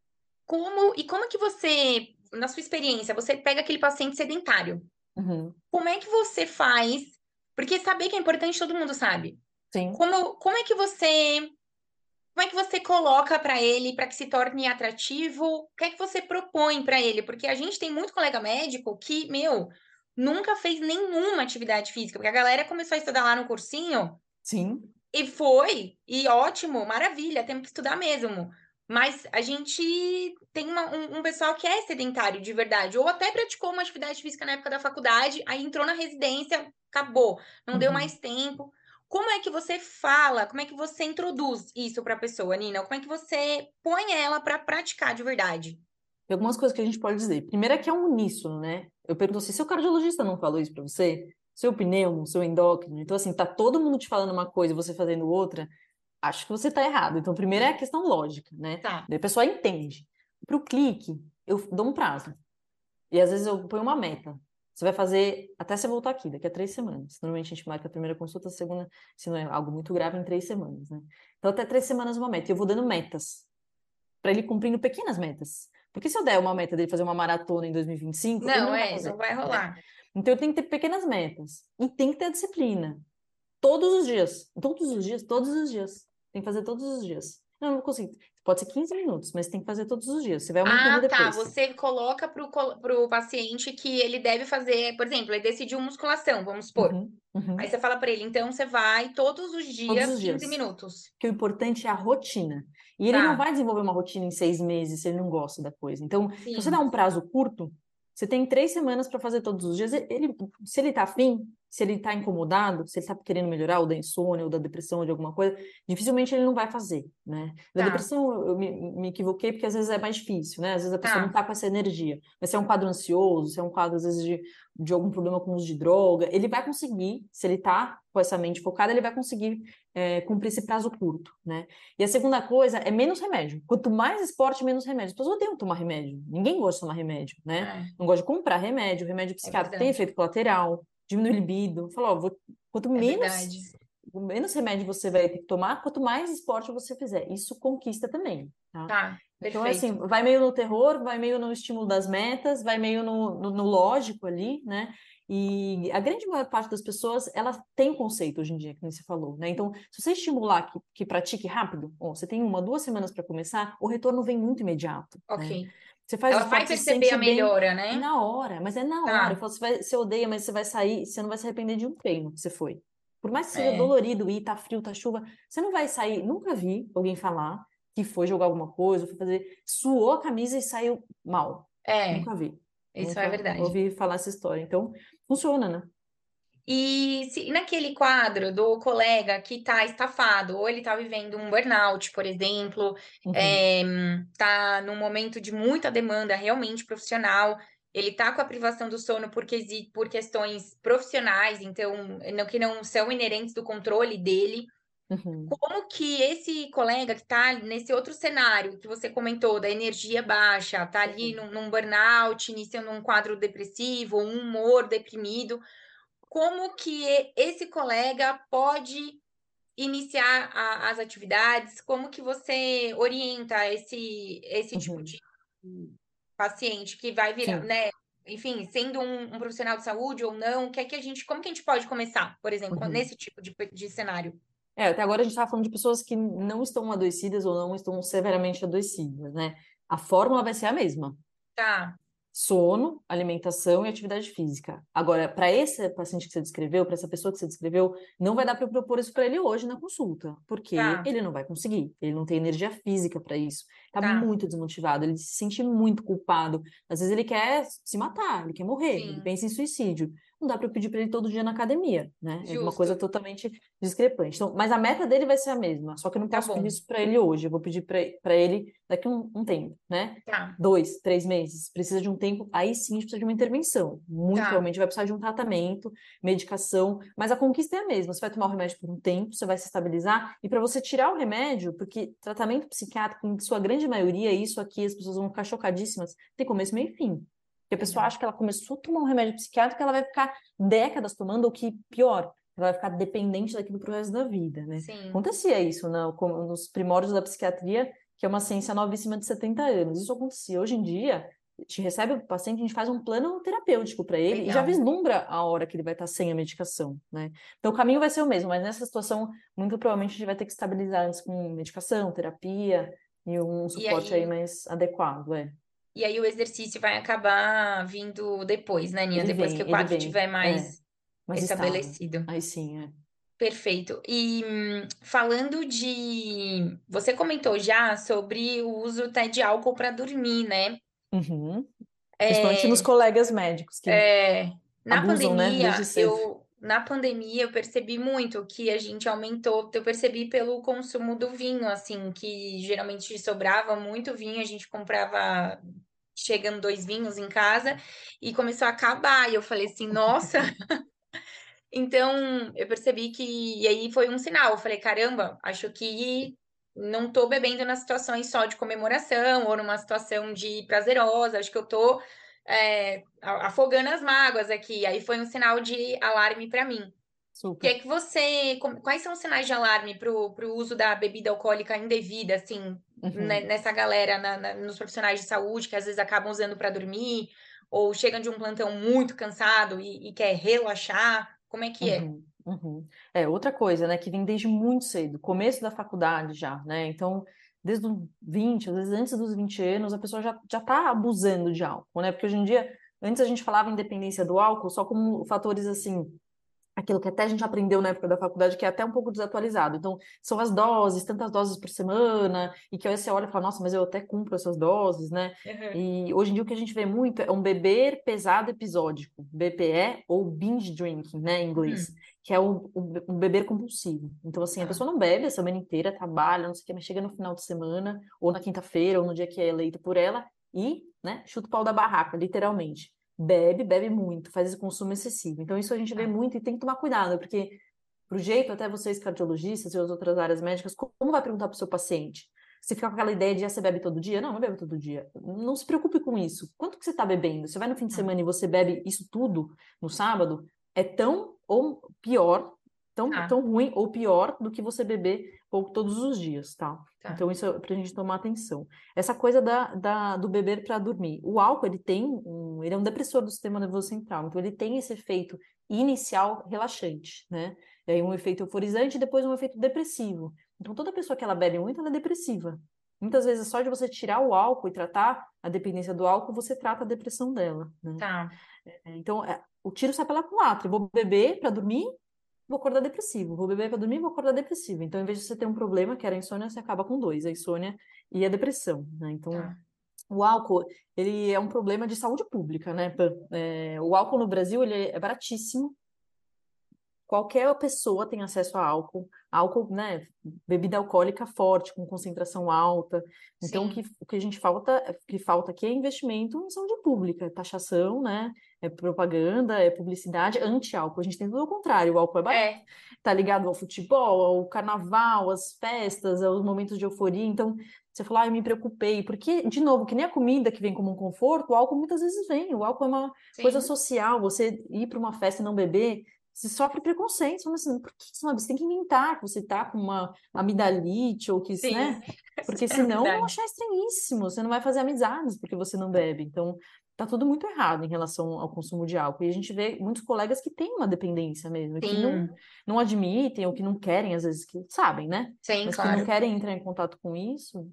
Como, e como que você, na sua experiência, você pega aquele paciente sedentário? Uhum. Como é que você faz? Porque saber que é importante todo mundo sabe. Sim, Como, como é que você, como é que você coloca para ele para que se torne atrativo? O que é que você propõe para ele? Porque a gente tem muito colega médico que, meu, nunca fez nenhuma atividade física, porque a galera começou a estudar lá no cursinho sim. e foi, e ótimo, maravilha, temos que estudar mesmo. Mas a gente tem uma um um pessoal que é sedentário de verdade, ou até praticou uma atividade física na época da faculdade, aí entrou na residência, acabou, não deu Uhum. mais tempo. Como é que você fala, como é que você introduz isso para a pessoa, Nina? Como é que você põe ela para praticar de verdade? Tem algumas coisas que a gente pode dizer. Primeiro é que é um uníssono, né? Eu pergunto assim, seu cardiologista não falou isso pra você? Seu pneumo, seu endócrino? Então, assim, tá todo mundo te falando uma coisa e você fazendo outra, acho que você tá errado. Então, primeiro é a questão lógica, né? Tá, Daí a pessoa entende. Pro clique, eu dou um prazo. E às vezes eu ponho uma meta. Você vai fazer até você voltar aqui, daqui a três semanas. Normalmente a gente marca a primeira consulta, a segunda, se não é algo muito grave, em três semanas, né? Então, até três semanas uma meta. E eu vou dando metas para ele cumprindo pequenas metas. Porque se eu der uma meta dele fazer uma maratona em dois mil e vinte e cinco, ele não, não vai é, não fazer, vai né? rolar. Então eu tenho que ter pequenas metas e tem que ter a disciplina. Todos os dias, todos os dias, todos os dias. Tem que fazer todos os dias. Não, não vou conseguir. Pode ser quinze minutos, mas tem que fazer todos os dias. Você vai aumentando Ah, tá. depois. Você coloca para o paciente que ele deve fazer, por exemplo, ele decidiu musculação, vamos supor. Uhum, Aí uhum. você fala para ele, então você vai todos os Todos dias, os quinze dias. minutos. Que o importante é a rotina. E ele não Tá, vai desenvolver uma rotina em seis meses se ele não gosta da coisa. Então, se você dá sim, um prazo curto, você tem três semanas para fazer todos os dias. Ele, se ele está afim, se ele está incomodado, se ele está querendo melhorar, ou da insônia, ou da depressão, ou de alguma coisa, dificilmente ele não vai fazer, né? Da tá, depressão eu me, me equivoquei porque às vezes é mais difícil, né? Às vezes a pessoa não tá, está com essa energia. Mas se é um quadro ansioso, se é um quadro, às vezes, de, de algum problema com uso de droga, ele vai conseguir, se ele está com essa mente focada, ele vai conseguir é, cumprir esse prazo curto, né? E a segunda coisa é menos remédio. Quanto mais esporte, menos remédio. As pessoas odeiam tomar remédio. Ninguém gosta de tomar remédio, né? é, Não gosta de comprar remédio. Remédio é psiquiátrico tem verdade, efeito colateral, diminui o libido. Fala, ó, vou- quanto é menos, verdade. menos remédio você vai ter que tomar, quanto mais esporte você fizer. Isso conquista também, tá? Tá, Então, é assim, perfeito. vai meio no terror, vai meio no estímulo das metas, vai meio no, no, no lógico ali, né? E a grande maior parte das pessoas, ela tem conceito hoje em dia, que nem você falou, né? Então, se você estimular que, que pratique rápido, ó, você tem uma, duas semanas para começar, o retorno vem muito imediato, né? Ok. Você faz o Ela vai esporte, você se perceber sente a bem melhora, né? na hora, mas é na hora. Eu Tá, falo, você, vai, você odeia, mas você vai sair, você não vai se arrepender de um treino que você foi. Por mais que seja é, dolorido ir, tá frio, tá chuva, você não vai sair. Nunca vi alguém falar que foi jogar alguma coisa, foi fazer, suou a camisa e saiu mal. é, Nunca vi. isso é Nunca verdade. ouvi falar essa história. Então, funciona, né? E se naquele quadro do colega que está estafado, ou ele está vivendo um burnout, por exemplo, Uhum, eh, tá num momento de muita demanda realmente profissional, ele está com a privação do sono por, quesi- por questões profissionais, então, não- que não são inerentes do controle dele. uhum, Como que esse colega que está nesse outro cenário que você comentou, da energia baixa, tá ali uhum, num, num burnout, iniciando um quadro depressivo, um humor deprimido, como que e- esse colega pode iniciar a- as atividades? Como que você orienta esse, esse tipo uhum. de paciente que vai virar, Sim. né? Enfim, sendo um, um profissional de saúde ou não, o que é que a gente, como que a gente pode começar, por exemplo, Uhum. nesse tipo de, de cenário? É, até agora a gente estava falando de pessoas que não estão adoecidas ou não estão severamente adoecidas, né? A fórmula vai ser a mesma. Tá, Sono, alimentação e atividade física. Agora, para esse paciente que você descreveu, para essa pessoa que você descreveu, não vai dar para eu propor isso para ele hoje na consulta, porque tá, ele não vai conseguir, ele não tem energia física para isso. Está tá. muito desmotivado, ele se sente muito culpado. Às vezes ele quer se matar, ele quer morrer, ele Sim, pensa em suicídio. Não dá para eu pedir para ele todo dia na academia, né? É uma coisa justo. totalmente discrepante. Então, mas a meta dele vai ser a mesma, só que eu não Tá posso pedir bom. isso para ele hoje, eu vou pedir para ele daqui a um, um tempo, né? Tá, Dois, três meses, precisa de um tempo, aí sim a gente precisa de uma intervenção. Muito tá, provavelmente vai precisar de um tratamento, medicação, mas a conquista é a mesma. Você vai tomar o remédio por um tempo, você vai se estabilizar, e para você tirar o remédio, porque tratamento psiquiátrico, em sua grande maioria, isso aqui as pessoas vão ficar chocadíssimas, tem começo, meio e fim. Porque a pessoa verdade. acha que ela começou a tomar um remédio psiquiátrico, ela vai ficar décadas tomando, ou que pior, ela vai ficar dependente daquilo pro resto da vida, né? Sim. Acontecia isso, né? Como nos primórdios da psiquiatria, que é uma ciência novíssima de setenta anos. Isso acontecia. Hoje em dia, a gente recebe o paciente, a gente faz um plano terapêutico para ele e já Legal. vislumbra a hora que ele vai estar sem a medicação, né? Então, o caminho vai ser o mesmo, mas nessa situação, muito provavelmente a gente vai ter que estabilizar antes com medicação, terapia e um E suporte aí aí, mais adequado, é. e aí o exercício vai acabar vindo depois, né, Nina? Ele Depois que vem, o ele quadro vem, estiver é, mais mais estável. estabelecido. Aí sim, é. Perfeito. E hum, falando de. Você comentou já sobre o uso até de álcool para dormir, né? Uhum. Principalmente nos É, colegas médicos que é, na abusam, né, desde pandemia, cedo. eu. Na pandemia, eu percebi muito que a gente aumentou. Eu percebi pelo consumo do vinho, assim, que geralmente sobrava muito vinho, a gente comprava chegando dois vinhos em casa e começou a acabar. E eu falei assim, nossa. Então, eu percebi que. E aí foi um sinal. Eu falei, caramba, acho que não tô bebendo nas situações só de comemoração ou numa situação de prazerosa. Acho que eu tô é, a- afogando as mágoas aqui. Aí foi um sinal de alarme para mim. O que Super. é que você. como- Quais são os sinais de alarme pro, pro uso da bebida alcoólica indevida, assim, né, Uhum. nessa galera, na- na- nos profissionais de saúde que às vezes acabam usando para dormir, ou chegam de um plantão muito cansado e, e quer relaxar? Como é que é? Uhum, uhum. É outra coisa, né, que vem desde muito cedo, começo da faculdade já, né? Então, desde os vinte, às vezes antes dos vinte anos, a pessoa já já está abusando de álcool, né? Porque hoje em dia, antes a gente falava em dependência do álcool só como fatores assim, aquilo que até a gente aprendeu na época da faculdade, que é até um pouco desatualizado. Então, são as doses, tantas doses por semana, e que aí você olha e fala, nossa, mas eu até cumpro essas doses, né? Uhum. E hoje em dia o que a gente vê muito é um beber pesado episódico, B P E, ou binge drinking, né, em inglês, Uhum. que é o, o, um beber compulsivo. Então, assim, a Tá, pessoa não bebe a semana inteira, trabalha, não sei o que, mas chega no final de semana, ou na quinta-feira, ou no dia que é eleito por ela, e, né, chuta o pau da barraca, literalmente. Bebe, bebe muito, faz esse consumo excessivo. Então, isso a gente vê tá, muito e tem que tomar cuidado, porque, pro jeito, até vocês cardiologistas e as outras áreas médicas, como vai perguntar para o seu paciente? Você fica com aquela ideia de, ah, você bebe todo dia? Não, não bebe todo dia. Não se preocupe com isso. Quanto que você está bebendo? Você vai no fim de tá, semana e você bebe isso tudo no sábado, é tão ou pior, tão, tá, tão ruim ou pior do que você beber pouco todos os dias, tá? tá. Então, isso é pra gente tomar atenção. Essa coisa da, da- do beber para dormir. O álcool, ele tem um, ele é um depressor do sistema nervoso central, então ele tem esse efeito inicial relaxante, né? E aí um efeito euforizante e depois um efeito depressivo. Então toda pessoa que ela bebe muito, ela é depressiva. Muitas vezes só de você tirar o álcool e tratar a dependência do álcool, você trata a depressão dela, né? Tá. É, Então, é, o tiro sai pela culatra. Eu vou beber para dormir, vou acordar depressivo. Vou beber para dormir, vou acordar depressivo. Então, em vez de você ter um problema, que era a insônia, você acaba com dois, a insônia e a depressão, né? Então, Tá. o álcool, ele é um problema de saúde pública, né? Pan? É, o álcool no Brasil, ele é baratíssimo. Qualquer pessoa tem acesso a álcool, álcool, né, bebida alcoólica forte, com concentração alta. Então, o que, Sim. o que a gente falta, o que falta aqui é investimento em saúde pública, é taxação, né, é propaganda, é publicidade anti-álcool. A gente tem tudo ao contrário, o álcool é barato, É, tá ligado ao futebol, ao carnaval, às festas, aos momentos de euforia. Então, você falou, ah, eu me preocupei, porque, de novo, que nem a comida que vem como um conforto, o álcool muitas vezes vem. O álcool é uma coisa sim. social, você ir para uma festa e não beber, você sofre preconceito, você fala assim, por que você não? Você tem que inventar que você tá com uma amidalite ou que, Sim. né? Porque É senão vão verdade. achar estranhíssimo, você não vai fazer amizades porque você não bebe. Então, tá tudo muito errado em relação ao consumo de álcool. E a gente vê muitos colegas que têm uma dependência mesmo, e que não, Sim. não admitem ou que não querem, às vezes, que sabem, né? Sim, Mas que não claro. querem entrar em contato com isso.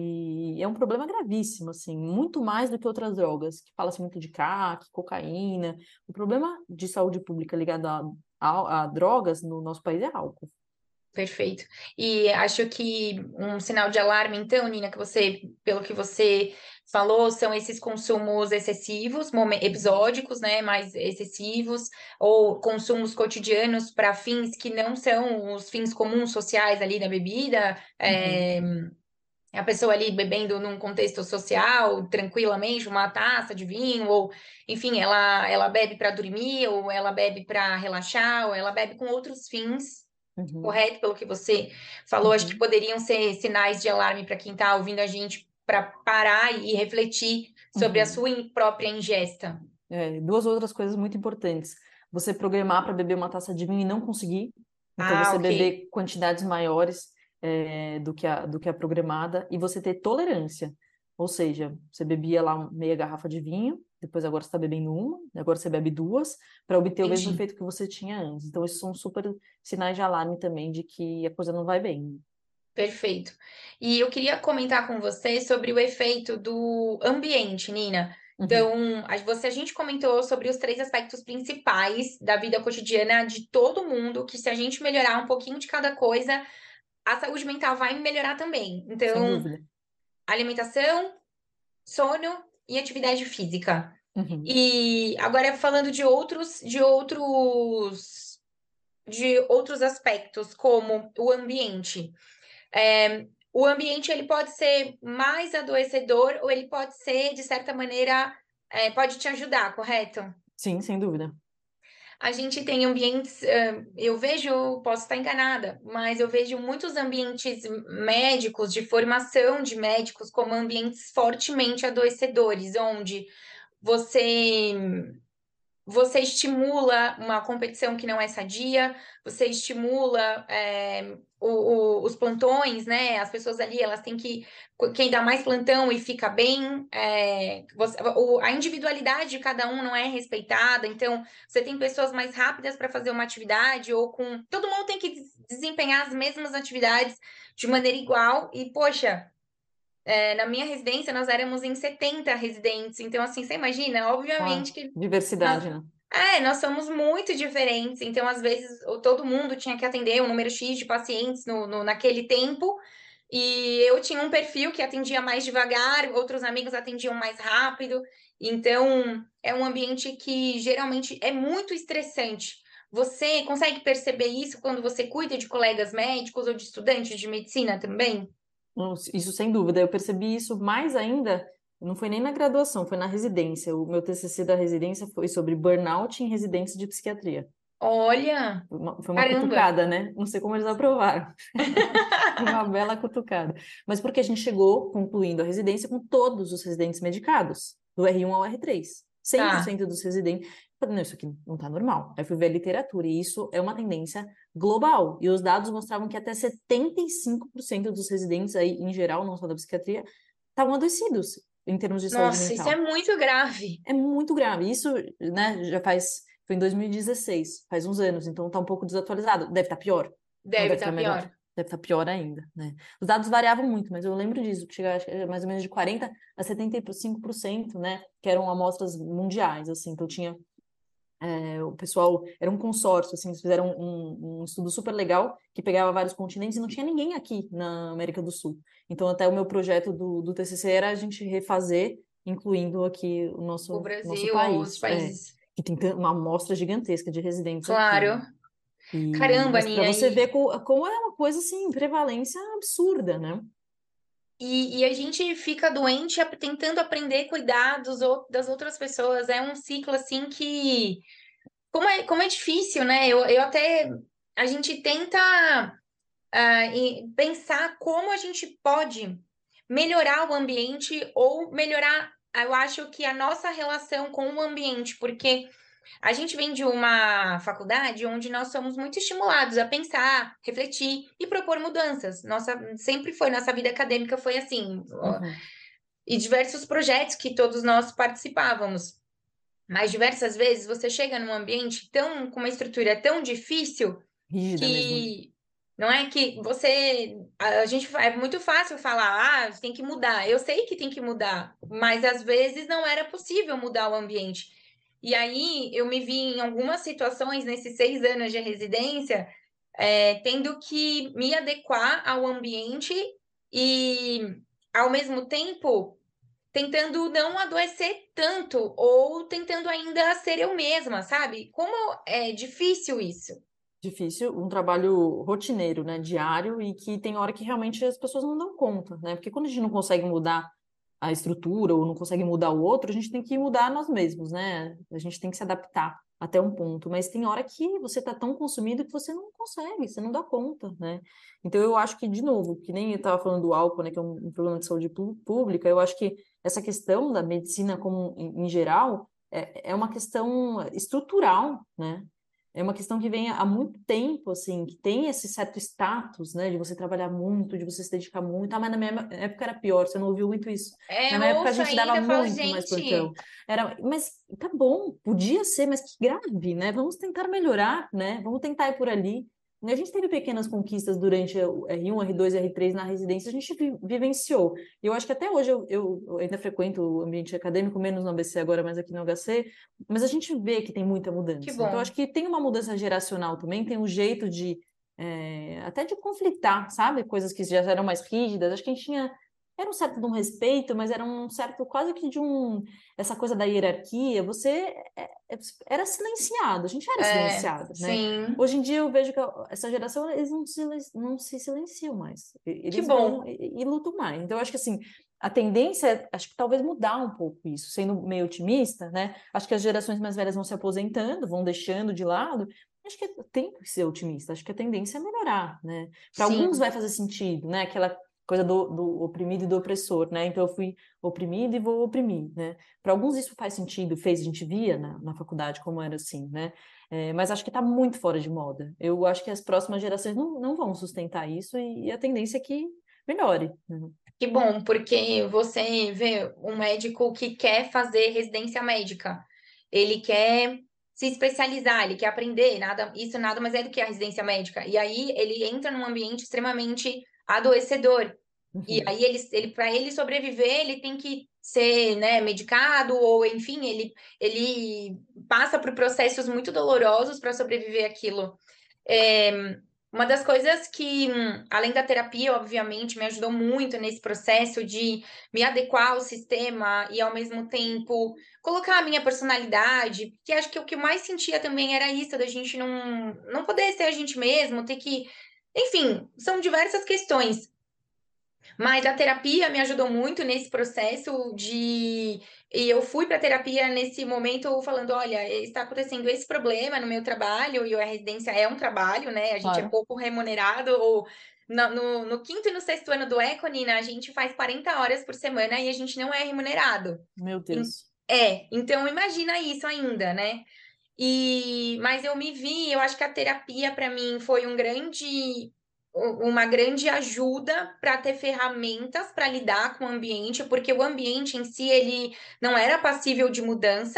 E é um problema gravíssimo, assim, muito mais do que outras drogas, que fala-se muito de crack, cocaína. O problema de saúde pública ligado a a, a drogas no nosso país é álcool. Perfeito. E acho que um sinal de alarme, então, Nina, que você, pelo que você falou, são esses consumos excessivos, momen- Uhum, episódicos, né, mais excessivos, ou consumos cotidianos para fins que não são os fins comuns sociais ali da bebida, uhum, é, a pessoa ali bebendo num contexto social, tranquilamente, uma taça de vinho, ou enfim, ela, ela bebe para dormir, ou ela bebe para relaxar, ou ela bebe com outros fins, uhum, correto? Pelo que você falou, acho que uhum, poderiam ser sinais de alarme para quem está ouvindo a gente para parar e refletir sobre a uhum. sua in- própria ingesta. É, duas outras coisas muito importantes. Você programar para beber uma taça de vinho e não conseguir. Então, Ah, você ok. beber quantidades maiores é, do que a, do que a programada e você ter tolerância. Ou seja, você bebia lá meia garrafa de vinho, depois agora você está bebendo uma, agora você bebe duas, para obter o mesmo Entendi. efeito que você tinha antes. Então, esses são super sinais de alarme também de que a coisa não vai bem. Perfeito. E eu queria comentar com você sobre o efeito do ambiente, Nina. Uhum. Então, a, você, a gente comentou sobre os três aspectos principais da vida cotidiana de todo mundo, que se a gente melhorar um pouquinho de cada coisa, a saúde mental vai melhorar também. Sem Então, dúvida. alimentação, sono e atividade física. Uhum. E agora falando de outros, de outros, de outros aspectos, como o ambiente. É, o ambiente ele pode ser mais adoecedor ou ele pode ser, de certa maneira, é, pode te ajudar, correto? Sim, sem dúvida. A gente tem ambientes, eh, eu vejo, posso estar enganada, mas eu vejo muitos ambientes médicos, de formação de médicos, como ambientes fortemente adoecedores, onde você você estimula uma competição que não é sadia, você estimula é, o- o- os plantões, né? As pessoas ali, elas têm que. Quem dá mais plantão e fica bem, é, você- o- a individualidade de cada um não é respeitada, então você tem pessoas mais rápidas para fazer uma atividade, ou com. Todo mundo tem que des- desempenhar as mesmas atividades de maneira igual, e, poxa. É, na minha residência, nós éramos em setenta residentes, então, assim, você imagina, obviamente Uma que nós, diversidade, né? é, nós somos muito diferentes, então às vezes o- todo mundo tinha que atender um número X de pacientes no, no- naquele tempo, e eu tinha um perfil que atendia mais devagar, outros amigos atendiam mais rápido, então é um ambiente que geralmente é muito estressante. Você consegue perceber isso quando você cuida de colegas médicos ou de estudantes de medicina também? Não, isso sem dúvida. Eu percebi isso mais ainda, não foi nem na graduação, foi na residência. O meu T C C da residência foi sobre burnout em residência de psiquiatria. Olha, Foi uma, foi uma caramba! cutucada, né? Não sei como eles aprovaram. Foi uma bela cutucada. Mas porque a gente chegou, concluindo a residência, com todos os residentes medicados, do R um ao R três. Tá. cem por cento dos residentes. Eu falei, não, isso aqui não está normal. Aí fui ver a literatura, e isso é uma tendência global. E os dados mostravam que até setenta e cinco por cento dos residentes aí, em geral, não só da psiquiatria, estavam adoecidos em termos de saúde Nossa, isso é mental. muito grave. É muito grave. Isso, né, já faz, foi em dois mil e dezesseis, faz uns anos, então está um pouco desatualizado. Deve estar pior. Não Deve deve estar estar melhor. pior. Deve estar pior ainda, né? Os dados variavam muito, mas eu lembro disso, que chegava acho que era mais ou menos de quarenta a setenta e cinco por cento, né? Que eram amostras mundiais, assim. Então tinha é, o pessoal, era um consórcio, assim, eles fizeram um, um estudo super legal que pegava vários continentes e não tinha ninguém aqui na América do Sul. Então até o meu projeto do, do T C C era a gente refazer, incluindo aqui o O nosso, nosso Brasil ou os país. É, países. que tem tan- uma amostra gigantesca de residentes aqui, né? Claro. E, Caramba, mas para Nina. você ver E, co- como, é uma coisa assim, prevalência absurda, né? e, e a gente fica doente ap- tentando aprender a cuidar dos, ou- das outras pessoas. É um ciclo assim que. Como é, como é difícil, né? Eu, eu até. A gente tenta ah, e pensar como a gente pode melhorar o ambiente ou melhorar, eu acho que a nossa relação com o ambiente, porque. A gente vem de uma faculdade onde nós somos muito estimulados a pensar, refletir e propor mudanças. Nossa, sempre foi, nossa vida acadêmica foi assim, ó, Uhum. e diversos projetos que todos nós participávamos. Mas diversas vezes você chega num ambiente tão, com uma estrutura tão difícil Rígida mesmo. que não é que você, a, a gente é muito fácil falar, ah, tem que mudar. Eu sei que tem que mudar, mas às vezes não era possível mudar o ambiente. E aí eu me vi em algumas situações nesses seis anos de residência, é, tendo que me adequar ao ambiente e, ao mesmo tempo, tentando não adoecer tanto ou tentando ainda ser eu mesma, sabe? Como é difícil isso. Difícil, um trabalho rotineiro, né, diário, e que tem hora que realmente as pessoas não dão conta, né? Porque quando a gente não consegue mudar a estrutura ou não consegue mudar o outro, a gente tem que mudar nós mesmos, né? A gente tem que se adaptar até um ponto, mas tem hora que você está tão consumido que você não consegue, você não dá conta, né? Então eu acho que, de novo, que nem eu estava falando do álcool, né, que é um, um problema de saúde pu- pública, eu acho que essa questão da medicina como em, em geral é, é uma questão estrutural, né? É uma questão que vem há muito tempo, assim, que tem esse certo status, né, de você trabalhar muito, de você se dedicar muito. Ah, mas na minha época era pior, você não ouviu muito isso. É, Na minha época a ouço gente dava ainda, falo, muito mais gente, plantão. Era, mas tá bom, podia ser, mas que grave, né? Vamos tentar melhorar, né? Vamos tentar ir por ali. A gente teve pequenas conquistas durante o R um, R dois, R três na residência, a gente vi- vivenciou. E eu acho que até hoje eu, eu- eu ainda frequento o ambiente acadêmico, menos no A B C agora, mas aqui no H C, mas a gente vê que tem muita Que mudança. Então, bom. acho que tem uma mudança geracional também, tem um jeito de, é, até de conflitar, sabe? Coisas que já eram mais rígidas. Acho que a gente tinha, era um certo de um respeito, mas era um certo quase que de um, essa coisa da hierarquia, você é, é, era silenciado, a gente era É, silenciado, né? sim, Hoje em dia eu vejo que essa geração, eles não se, não se silenciam mais. E- que Eles vão bom. e, e lutam mais. Então, eu acho que assim, a tendência é, acho que talvez mudar um pouco isso, sendo meio otimista, né? Acho que as gerações mais velhas vão se aposentando, vão deixando de lado. Acho que tem que ser otimista, acho que a tendência é melhorar, né? Para alguns Sim, vai fazer sentido, né? Aquela coisa do, do oprimido e do opressor, né? Então eu fui oprimido e vou oprimir, né? Para alguns isso faz sentido, fez, a gente via na, na faculdade como era assim, né? É, mas acho que está muito fora de moda. Eu acho que as próximas gerações não, não vão sustentar isso e, e a tendência é que melhore, né? que bom, porque você vê um médico que quer fazer residência médica, ele quer se especializar, ele quer aprender, nada, isso nada mais é do que a residência médica. E aí ele entra num ambiente extremamente adoecedor. E Uhum. aí ele, ele para ele sobreviver, ele tem que ser, né, medicado ou enfim, ele ele passa por processos muito dolorosos para sobreviver àquilo. É, uma das coisas que, hum, além da terapia, obviamente, me ajudou muito nesse processo de me adequar ao sistema e, ao mesmo tempo, colocar a minha personalidade, que acho que o que eu mais sentia também era isso, da gente não, não poder ser a gente mesmo, ter que. Enfim, são diversas questões. Mas a terapia me ajudou muito nesse processo de. E eu fui para terapia nesse momento falando: olha, está acontecendo esse problema no meu trabalho, e a residência é um trabalho, né? A gente é Claro. pouco remunerado, ou no, no, no quinto e no sexto ano do Eco, Nina, a gente faz quarenta horas por semana e a gente não é remunerado. Meu Em- Deus. É, então imagina isso ainda, né? E, mas eu me vi, eu acho que a terapia para mim foi um grande, u- uma grande ajuda para ter ferramentas para lidar com o ambiente, porque o ambiente em si ele não era passível de mudança,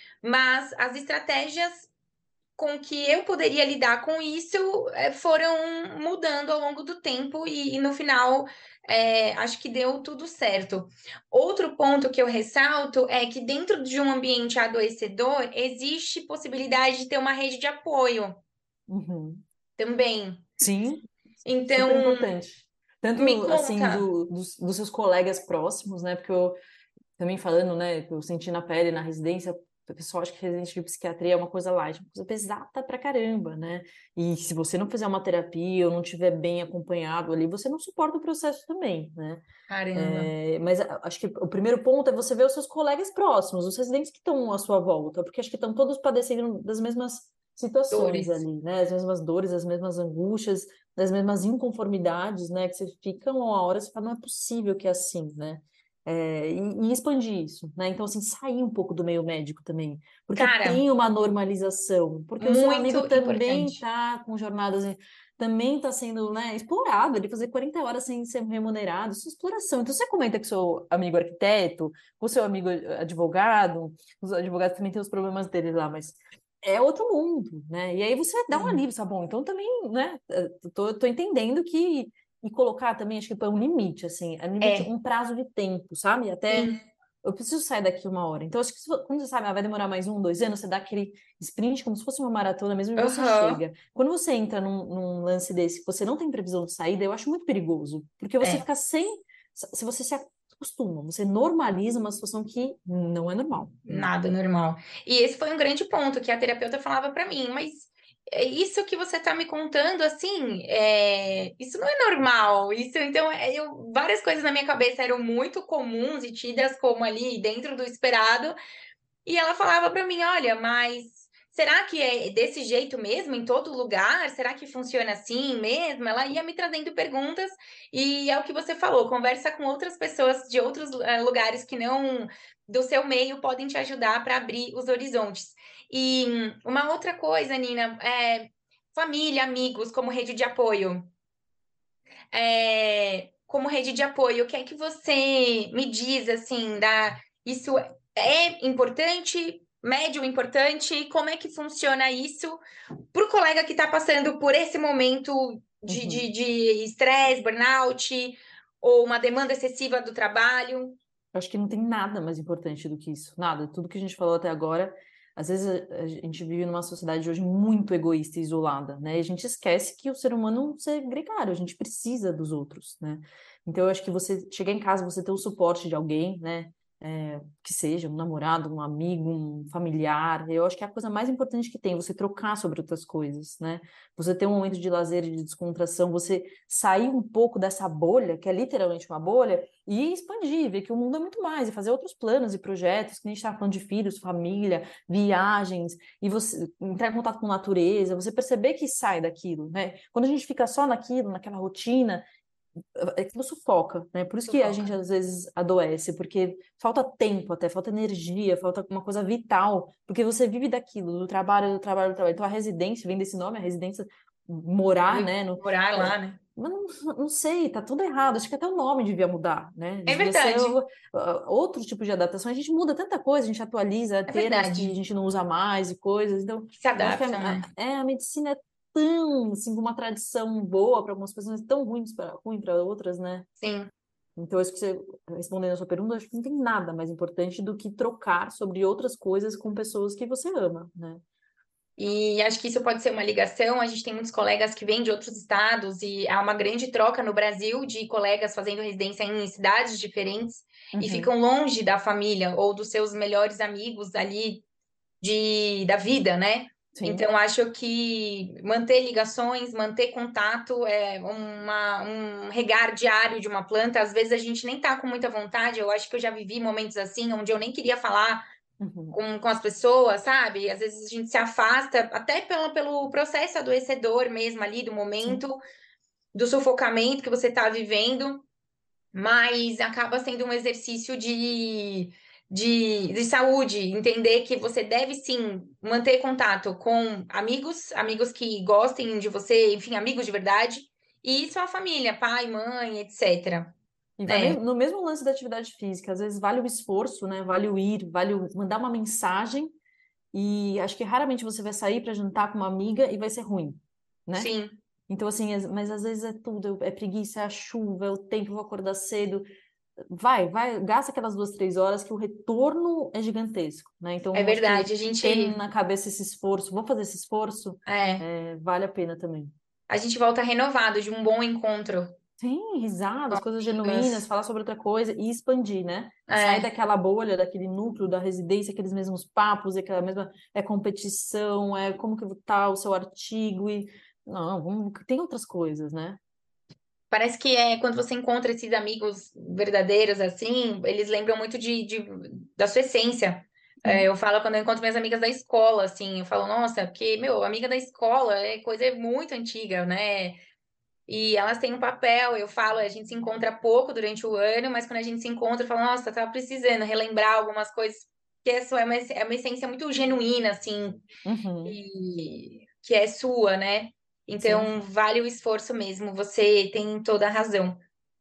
mas as estratégias com que eu poderia lidar com isso eh, foram mudando ao longo do tempo e, e no final eh, acho que deu tudo certo. Outro ponto que eu ressalto é que dentro de um ambiente adoecedor existe possibilidade de ter uma rede de apoio Uhum. também. Sim, super Então, importante. me Tanto, assim, conta. do, dos, dos seus colegas próximos, né? Porque eu também falando, né, que eu senti na pele, na residência, o pessoal acha que residência de psiquiatria é uma coisa light, uma coisa pesada pra caramba, né? E se você não fizer uma terapia ou não tiver bem acompanhado ali, você não suporta o processo também, né? Caramba, É, mas a- acho que o primeiro ponto é você ver os seus colegas próximos, os residentes que estão à sua volta, porque acho que estão todos padecendo das mesmas situações dores. ali, né? As mesmas dores, as mesmas angústias, as mesmas inconformidades, né? Que você fica uma hora, você fala, não é possível que é assim, né? É, e, e expandir isso, né? Então, assim, sair um pouco do meio médico também, porque Cara, tem uma normalização, porque o seu amigo muito também importante. está com jornadas, também está sendo, né, explorado, ele fazer quarenta horas sem ser remunerado, isso é exploração. Então, você comenta com seu amigo arquiteto, com seu amigo advogado, os advogados também têm os problemas deles lá, mas é outro mundo, né? E aí você dá um Sim. alívio, tá bom? Então, também, né, tô, tô entendendo que e colocar também, acho que é um limite, assim, é um limite, É, um prazo de tempo, sabe? Até sim. eu preciso sair daqui uma hora. Então, acho que se vo- quando você sabe, ah, vai demorar mais um, dois anos, você dá aquele sprint como se fosse uma maratona mesmo e você Aham. chega. Quando você entra num, num lance desse, que você não tem previsão de saída, eu acho muito perigoso, porque você É. fica sem, se você se acostuma, você normaliza uma situação que não é normal, né? Nada normal. E esse foi um grande ponto que a terapeuta falava pra mim, mas é isso que você tá me contando, assim, é, isso não é normal. Isso, então, é, eu, várias coisas na minha cabeça eram muito comuns e tidas como ali dentro do esperado, e ela falava pra mim, olha, mas será que é desse jeito mesmo em todo lugar? Será que funciona assim mesmo? Ela ia me trazendo perguntas e é o que você falou, conversa com outras pessoas de outros eh, lugares que não do seu meio podem te ajudar para abrir os horizontes. E hum, uma outra coisa, Nina, é família, amigos como rede de apoio. É, como rede de apoio, o que é que você me diz assim, da isso é importante, médio importante? Como é que funciona isso para o colega que está passando por esse momento de Uhum. de de estresse, burnout ou uma demanda excessiva do trabalho? Eu acho que não tem nada mais importante do que isso, nada. Tudo que a gente falou até agora, às vezes a, a gente vive numa sociedade hoje muito egoísta e isolada, né? E a gente esquece que o ser humano é um ser gregário, a gente precisa dos outros, né? Então eu acho que você chegar em casa, você ter o suporte de alguém, né? É, que seja um namorado, um amigo, um familiar, eu acho que é a coisa mais importante que tem, você trocar sobre outras coisas, né? Você ter um momento de lazer e de descontração, você sair um pouco dessa bolha, que é literalmente uma bolha, e expandir, ver que o mundo é muito mais, e fazer outros planos e projetos, que a gente está falando de filhos, família, viagens, e você entrar em contato com a natureza, você perceber que sai daquilo, né? Quando a gente fica só naquilo, naquela rotina, aquilo sufoca, né? Por isso que a Sufoca. gente às vezes adoece, porque falta tempo até, falta energia, falta uma coisa vital, porque você vive daquilo, do trabalho, do trabalho, do trabalho. Então a residência, vem desse nome, a residência, morar, né? No, Morar é, lá, né? mas não, não sei, tá tudo errado. Acho que até o nome devia mudar, né? É Devia ser verdade, o- uh, outro tipo de adaptação. A gente muda tanta coisa, a gente atualiza é termos que a verdade. gente não usa mais e coisas. Então, Se eu acho que a, adaptam, né? a, é, a medicina é tão, assim, com uma tradição boa para algumas pessoas, tão ruins para ruim para outras, né? Sim. Então, acho que você, respondendo a sua pergunta, acho que não tem nada mais importante do que trocar sobre outras coisas com pessoas que você ama, né? E acho que isso pode ser uma ligação. A gente tem muitos colegas que vêm de outros estados e há uma grande troca no Brasil de colegas fazendo residência em cidades diferentes e Uhum, ficam longe da família ou dos seus melhores amigos ali de, da vida, né? sim. Então, acho que manter ligações, manter contato é uma, um regar diário de uma planta. Às vezes a gente nem tá com muita vontade. Eu acho que eu já vivi momentos assim, onde eu nem queria falar Uhum, com, com as pessoas, sabe? Às vezes a gente se afasta, até pelo, pelo processo adoecedor mesmo ali, do sim. momento, do sufocamento que você tá vivendo, mas acaba sendo um exercício de, de, de saúde, entender que você deve sim manter contato com amigos, amigos que gostem de você, enfim, amigos de verdade, e sua família, pai, mãe, etc. E vai Né? mesmo, no mesmo lance da atividade física, às vezes vale o esforço, né? Vale o ir, vale o mandar uma mensagem, e acho que raramente você vai sair para jantar com uma amiga e vai ser ruim, né? Sim, Então, assim, as- mas às vezes é tudo, é preguiça, é a chuva, é o tempo, eu vou acordar cedo. Vai, vai, gasta aquelas duas, três horas que o retorno é gigantesco, né? é Então, acho que verdade. A ter gente, na cabeça esse esforço, vou fazer esse esforço, é, é, vale a pena também. a gente volta renovado de um bom encontro Sim, com risadas, coisas genuínas, amigos. falar sobre outra coisa e expandir, né? Sair É, daquela bolha, daquele núcleo da residência, aqueles mesmos papos, e aquela mesma é competição, é como que tá o seu artigo e não, vamos, tem outras coisas, né? parece que é quando você encontra esses amigos verdadeiros assim, eles lembram muito de, de- da sua essência. É, Sim. eu falo quando eu encontro minhas amigas da escola, assim, eu falo, nossa, porque, meu, amiga da escola é coisa muito antiga, né? E elas têm um papel, eu falo, a gente se encontra pouco durante o ano, mas quando a gente se encontra, eu falo, nossa, tava precisando relembrar algumas coisas, que essa é uma, é uma essência muito genuína, assim, Uhum. e que é sua, né? Sim. Então, vale o esforço mesmo, você tem toda a razão.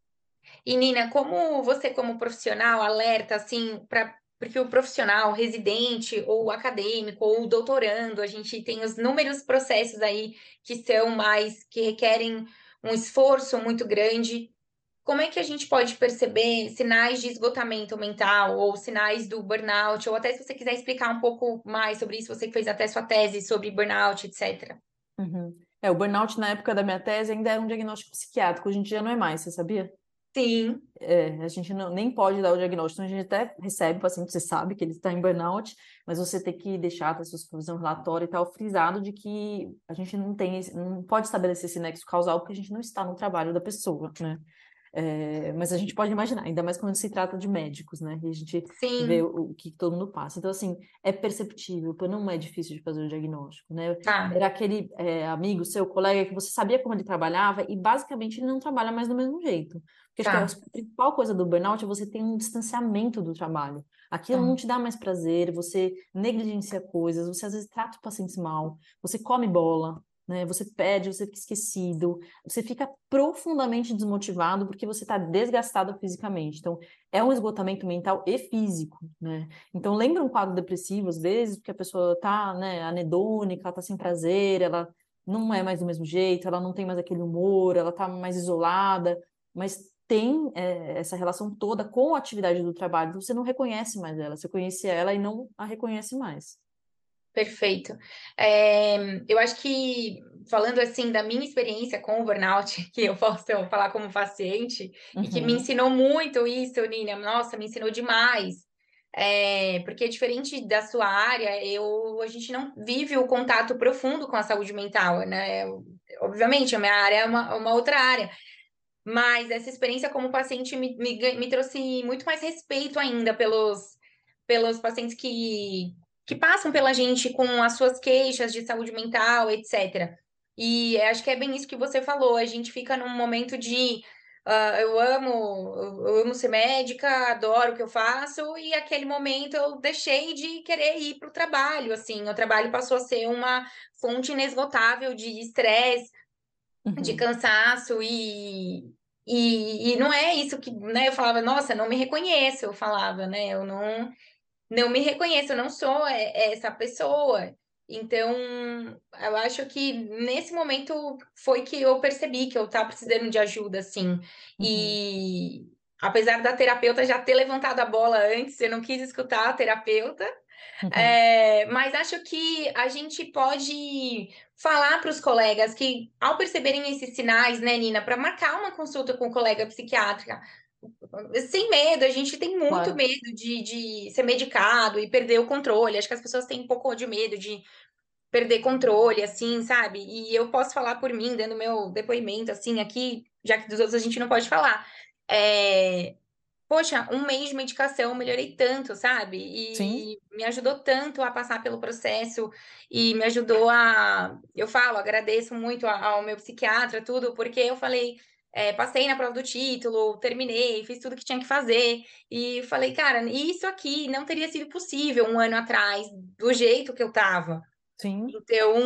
E Nina, como você, como profissional, alerta assim para porque o profissional, residente ou acadêmico ou doutorando, a gente tem os inúmeros processos aí que são mais que requerem um esforço muito grande. Como é que a gente pode perceber sinais de esgotamento mental ou sinais do burnout? Ou até se você quiser explicar um pouco mais sobre isso, você que fez até sua tese sobre burnout, etcétera. Uhum. É, o burnout na época da minha tese ainda era um diagnóstico psiquiátrico, hoje em dia não é mais, você sabia? Sim, É, a gente não, nem pode dar o diagnóstico, então a gente até recebe o paciente, você sabe que ele está em burnout, mas você tem que deixar a sua supervisão relatória e tal, frisado de que a gente não tem, esse- não pode estabelecer esse nexo causal porque a gente não está no trabalho da pessoa, né? É, mas a gente pode imaginar, ainda mais quando se trata de médicos, né? E a gente vê sim, o, o que todo mundo passa. Então, assim, é perceptível, pô, não é difícil de fazer o diagnóstico, né? tá, Era aquele é, amigo, seu colega, que você sabia como ele trabalhava e basicamente ele não trabalha mais do mesmo jeito. Porque acho que tá, a principal coisa do burnout é você ter um distanciamento do trabalho. Aquilo não tá. te dá mais prazer, você negligencia coisas, você às vezes trata os pacientes mal, você come bola, né? Você perde, você fica esquecido, você fica profundamente desmotivado porque você está desgastado fisicamente. Então, é um esgotamento mental e físico, né? Então, lembra um quadro depressivo, às vezes, porque a pessoa está, né, anedônica, ela está sem prazer, ela não é mais do mesmo jeito, ela não tem mais aquele humor, ela está mais isolada, mas tem é, essa relação toda com a atividade do trabalho, você não reconhece mais ela, você conhece ela e não a reconhece mais. Perfeito. É, eu acho que, falando assim da minha experiência com o burnout, que eu posso falar como paciente, e que me Uhum, ensinou muito isso, Nina, nossa, me ensinou demais. É, porque diferente da sua área, eu, a gente não vive o contato profundo com a saúde mental, né? Eu- obviamente, a minha área é uma, uma outra área, mas essa experiência como paciente me, me, gan- me trouxe muito mais respeito ainda pelos, pelos pacientes que, que passam pela gente com as suas queixas de saúde mental, etcétera. E acho que é bem isso que você falou. A gente fica num momento de ah, eu amo, eu eu amo ser médica, adoro o que eu faço, e aquele momento eu deixei de querer ir para o trabalho. Assim, o trabalho passou a ser uma fonte inesgotável de estresse, de uhum, cansaço e, e, e não é isso que, né? Eu falava, nossa, não me reconheço, eu falava, né? Eu não, não me reconheço, eu não sou é- é essa pessoa. Então, eu acho que nesse momento foi que eu percebi que eu estava precisando de ajuda, assim. uhum, E apesar da terapeuta já ter levantado a bola antes, eu não quis escutar a terapeuta. uhum, É, mas acho que a gente pode falar para os colegas que, ao perceberem esses sinais, né, Nina, para marcar uma consulta com o colega psiquiátrica, sem medo, a gente tem muito claro. medo de, de ser medicado e perder o controle. Acho que as pessoas têm um pouco de medo de perder controle, assim, sabe? E eu posso falar por mim, dando meu depoimento, assim, aqui, já que dos outros a gente não pode falar. É, poxa, um mês de medicação, eu melhorei tanto, sabe? Sim, E me ajudou tanto a passar pelo processo e me ajudou a. Eu falo, agradeço muito a- ao meu psiquiatra, tudo, porque eu falei, é, passei na prova do título, terminei, fiz tudo que tinha que fazer. E falei, cara, isso aqui não teria sido possível um ano atrás, do jeito que eu tava. sim. Então,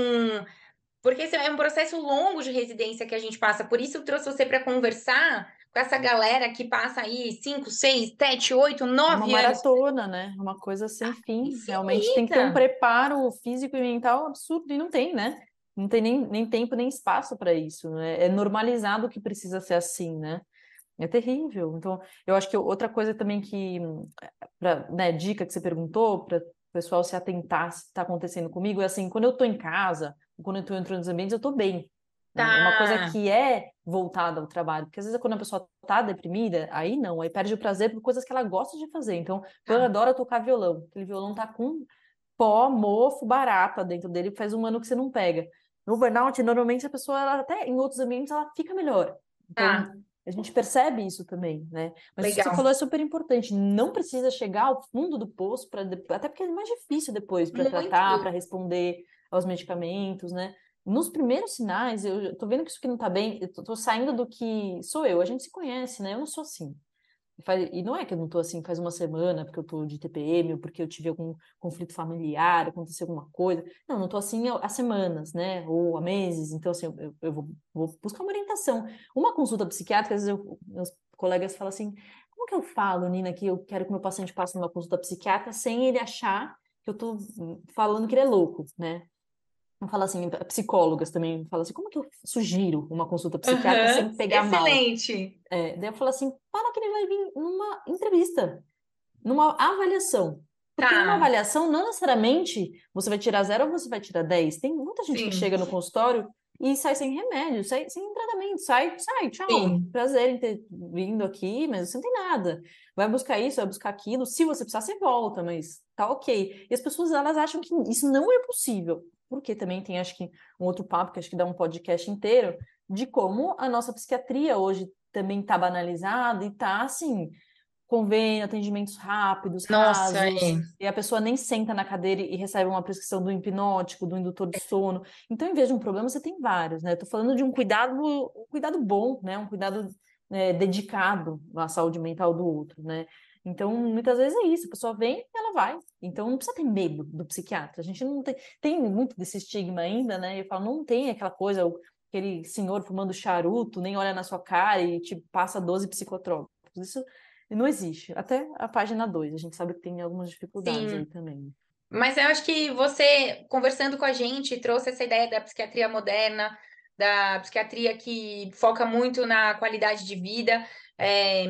porque esse é um processo longo de residência que a gente passa. Por isso eu trouxe você para conversar com essa galera que passa aí cinco, seis, sete, oito, É uma nove anos. maratona, né? É uma coisa sem fim. Realmente tem que ter um Infinita! preparo físico e mental absurdo, e não tem, né? Não tem nem, nem tempo nem espaço para isso, né? É normalizado que precisa ser assim, né? É terrível. Então, eu acho que outra coisa também que, pra, né, dica que você perguntou, para o pessoal se atentar se está acontecendo comigo, é assim, quando eu estou em casa, quando eu estou entrando nos ambientes, eu estou bem. Né? É uma coisa Tá, que é voltada ao trabalho, porque às vezes quando a pessoa está deprimida, aí não, aí perde o prazer por coisas que ela gosta de fazer. Então, eu tá. adoro tocar violão, aquele violão tá com pó, mofo, barata dentro dele, faz um ano que você não pega. No burnout, normalmente a pessoa, ela, até em outros ambientes, ela fica melhor. Então, Tá, a gente percebe isso também, né? Mas isso que você legal. falou é super importante. Não precisa chegar ao fundo do poço, para até porque é mais difícil depois para tratar, Muito. para responder aos medicamentos, né? Nos primeiros sinais, eu tô vendo que isso aqui não tá bem, eu tô, tô saindo do que sou eu, a gente se conhece, né? Eu não sou assim. Faz- E não é que eu não tô assim faz uma semana porque eu tô de T P M ou porque eu tive algum conflito familiar, aconteceu alguma coisa. Não, não tô assim há há semanas, né? Ou há meses. Então, assim, eu, eu vou, vou buscar uma orientação. Uma consulta psiquiátrica, às vezes eu, meus colegas falam assim: como que eu falo, Nina, que eu quero que meu paciente passe numa consulta psiquiátrica sem ele achar que eu tô hum, falando que ele é louco, né? Eu falo assim, psicólogas também falam assim: como que eu sugiro uma consulta psiquiátrica Aham, sem pegar mal? excelente. É, daí eu falo assim, fala que ele vai vir numa entrevista, numa avaliação. Porque numa Tá, avaliação, não necessariamente você vai tirar zero ou você vai tirar dez. Tem muita gente que sim, chega no consultório e sai sem remédio, sai sem tratamento, sai, sai, tchau. sim. Prazer em ter vindo aqui, mas você não tem nada. Vai buscar isso, vai buscar aquilo. Se você precisar, você volta, mas tá ok. E as pessoas, elas acham que isso não é possível. Porque também tem, acho que, um outro papo que acho que dá um podcast inteiro, de como a nossa psiquiatria hoje também está banalizada e está assim, convênio, atendimentos rápidos, Nossa, rasos, é. e a pessoa nem senta na cadeira e recebe uma prescrição do hipnótico, do indutor de sono. Então, em vez de um problema, você tem vários, né? Eu tô falando de um cuidado, um cuidado bom, né? Um cuidado é, dedicado à saúde mental do outro, né? Então, muitas vezes é isso, a pessoa vem e ela vai. Então, não precisa ter medo do psiquiatra. A gente não tem, tem muito desse estigma ainda, né? Eu falo, não tem aquela coisa, aquele senhor fumando charuto, nem olha na sua cara e te passa doze psicotrópicos. Isso não existe. Até a página dois, a gente sabe que tem algumas dificuldades Sim. aí também. Mas eu acho que você, conversando com a gente, trouxe essa ideia da psiquiatria moderna, da psiquiatria que foca muito na qualidade de vida, é,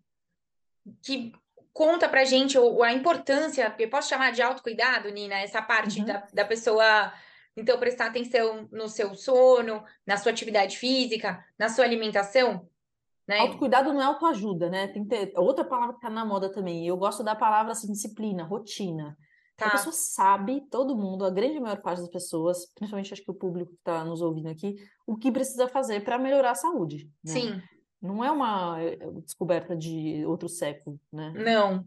que conta pra gente o- a importância, eu posso chamar de autocuidado, Nina, essa parte Uhum. da, da pessoa, então, prestar atenção no seu sono, na sua atividade física, na sua alimentação, né? Autocuidado não é autoajuda, né? Tem que ter outra palavra que tá na moda também. Eu gosto da palavra assim, disciplina, rotina. Se a pessoa Tá, sabe, todo mundo, a grande maior parte das pessoas, principalmente acho que o público que está nos ouvindo aqui, o que precisa fazer para melhorar a saúde, né? sim, Não é uma eh, descoberta de outro século, né? não.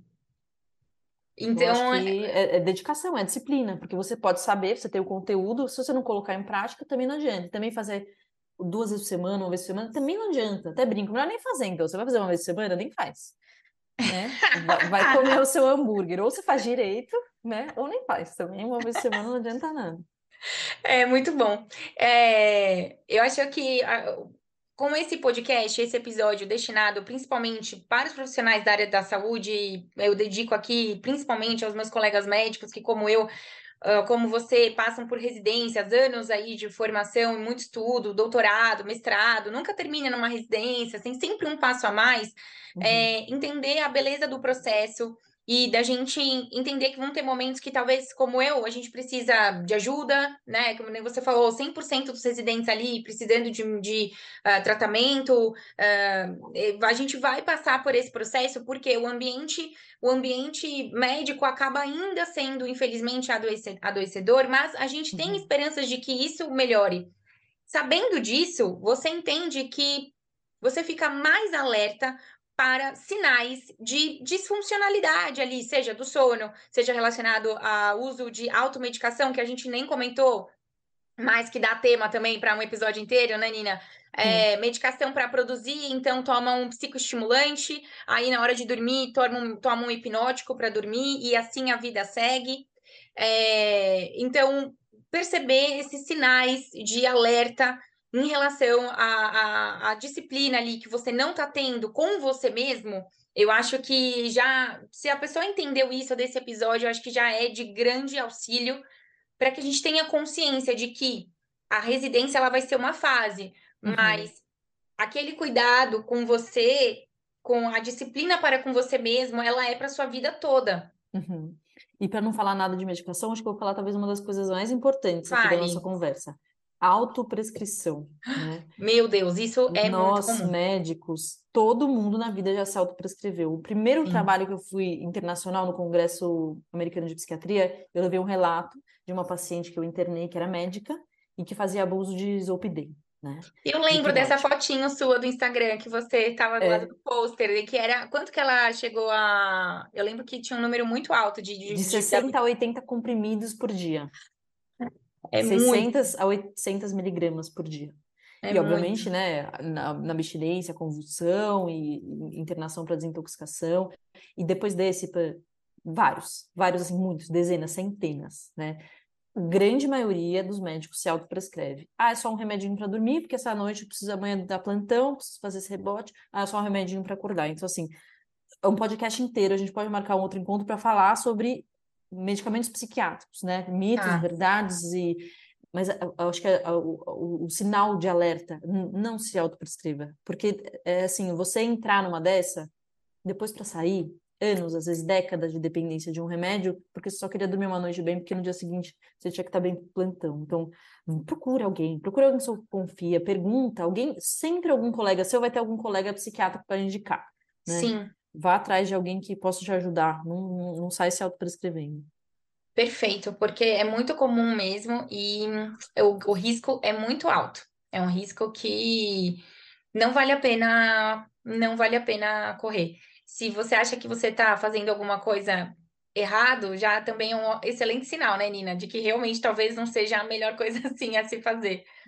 Eu acho Então, que é, é dedicação, é disciplina, porque você pode saber, você tem o conteúdo, se você não colocar em prática, também não adianta. Também fazer duas vezes por semana, uma vez por semana, também não adianta. Até brinco, melhor nem fazer, então. Você vai fazer uma vez por semana, nem faz, né? Vai, vai comer o seu hambúrguer, ou você faz direito, né? Ou nem faz também, uma vez por semana não adianta nada. é muito bom. É, eu acho que a- com esse podcast, esse episódio destinado principalmente para os profissionais da área da saúde, eu dedico aqui principalmente aos meus colegas médicos que, como eu, ah, como você, passam por residências, anos aí de formação e muito estudo, doutorado, mestrado, nunca termina numa residência, tem sempre um passo a mais, Uhum, é, entender a beleza do processo e da gente entender que vão ter momentos que talvez, como eu, a gente precisa de ajuda, né? Como nem você falou, cem por cento dos residentes ali precisando de, de ah, tratamento, ah, a gente vai passar por esse processo porque o ambiente o ambiente médico acaba ainda sendo, infelizmente, adoece- adoecedor, mas a gente tem uhum, esperanças de que isso melhore. Sabendo disso, você entende que você fica mais alerta para sinais de disfuncionalidade ali, seja do sono, seja relacionado ao uso de automedicação, que a gente nem comentou, mas que dá tema também para um episódio inteiro, né, Nina? sim. É, medicação para produzir, então toma um psicoestimulante, aí na hora de dormir toma um, toma um hipnótico para dormir e assim a vida segue. É, então, perceber esses sinais de alerta em relação à, à, à disciplina ali que você não está tendo com você mesmo, eu acho que já, se a pessoa entendeu isso desse episódio, eu acho que já é de grande auxílio para que a gente tenha consciência de que a residência ela vai ser uma fase, Uhum, mas aquele cuidado com você, com a disciplina para com você mesmo, ela é para sua vida toda. uhum. E para não falar nada de medicação, acho que eu vou falar talvez uma das coisas mais importantes aqui da nossa Fale. conversa. Autoprescrição, né? Meu Deus, isso é muito Nós, comum. médicos, todo mundo na vida já se autoprescreveu. O primeiro Sim. trabalho que eu fui internacional no Congresso Americano de Psiquiatria, eu levei um relato de uma paciente que eu internei, que era médica, e que fazia abuso de Zolpidem, né? Eu De lembro dessa hipnótico. fotinho sua do Instagram que você estava do lado É, do pôster, e que era quanto que ela chegou a. Eu lembro que tinha um número muito alto de, de, de de, de- sessenta a oitenta comprimidos por dia. É muito, seiscentos a oitocentos miligramas por dia. é E, muito. obviamente, né, na, na abstinência, convulsão e, e internação para desintoxicação. E depois desse, pra, vários, vários, assim, muitos, dezenas, centenas, né? A grande maioria dos médicos se autoprescreve. Ah, é só um remedinho para dormir, porque essa noite eu preciso amanhã dar plantão, preciso fazer esse rebote. Ah, é só um remedinho para acordar. Então, assim, é um podcast inteiro, a gente pode marcar um outro encontro para falar sobre medicamentos psiquiátricos, né? Mitos, Tá. verdades e mas eu eu acho que é o, o- o sinal de alerta, n- não se autoprescreva, porque é assim, você entrar numa dessa, depois para sair, anos, às vezes décadas de dependência de um remédio, porque você só queria dormir uma noite bem, porque no dia seguinte você tinha que estar bem pro plantão. Então, procura alguém, procura alguém que você confia, pergunta, alguém, sempre algum colega seu vai ter algum colega psiquiatra para indicar, né? Sim. Vá atrás de alguém que possa te ajudar, não, não, não sai se autoprescrevendo. Perfeito, porque é muito comum mesmo e o, o risco é muito alto. É um risco que não vale a pena, não vale a pena correr. Se você acha que você está fazendo alguma coisa errado, já também é um excelente sinal, né, Nina? De que realmente talvez não seja a melhor coisa assim a se fazer.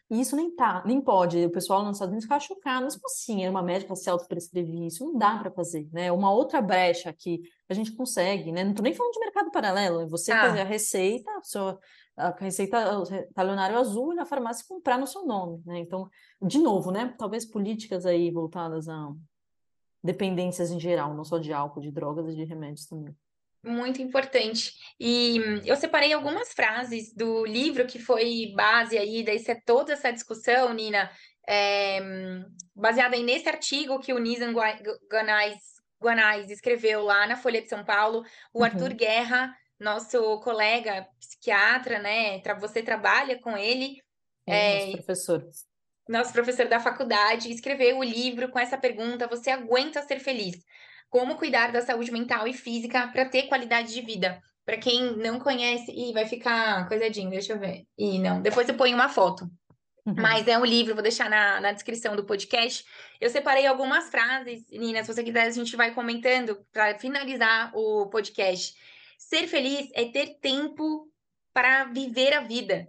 E isso nem tá, nem pode. O pessoal nos Estados Unidos fica chocado. Mas como assim? É uma médica se autoprescrever isso? Não dá para fazer, né? Uma outra brecha que a gente consegue, né? Não tô nem falando de mercado paralelo. É você fazer a Tá. receita, a sua a receita, o talionário azul e na farmácia comprar no seu nome, né? Então, de novo, né? Talvez políticas aí voltadas a dependências em geral, não só de álcool, de drogas e de remédios também. Muito importante. E hum, eu separei algumas frases do livro que foi base aí desse, toda essa discussão, Nina, é, hum, baseada aí nesse artigo que o Nizam Gua- Guanais, Guanais escreveu lá na Folha de São Paulo. O Arthur Uhum. Guerra, nosso colega psiquiatra, né? Tra- Você trabalha com ele, Sim, nosso é, professor. nosso professor da faculdade, escreveu o livro com essa pergunta: Você aguenta ser feliz? Como cuidar da saúde mental e física para ter qualidade de vida? Para quem não conhece, ih, vai ficar coisadinho, deixa eu ver. Ih, não, depois eu ponho uma foto. Uhum. Mas é um livro, vou deixar na, na descrição do podcast. Eu separei algumas frases, Nina, se você quiser, a gente vai comentando para finalizar o podcast. Ser feliz é ter tempo para viver a vida.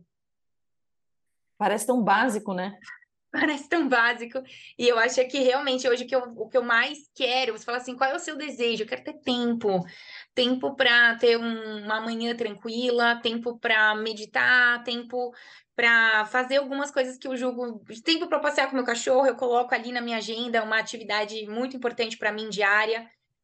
Parece tão básico, né? Parece tão básico. E eu acho que realmente hoje o que eu, o que eu mais quero, você fala assim, qual é o seu desejo? Eu quero ter tempo. Tempo para ter um- uma manhã tranquila, tempo para meditar, tempo para fazer algumas coisas que eu julgo, tempo para passear com meu cachorro, eu coloco ali na minha agenda uma atividade muito importante para mim diária.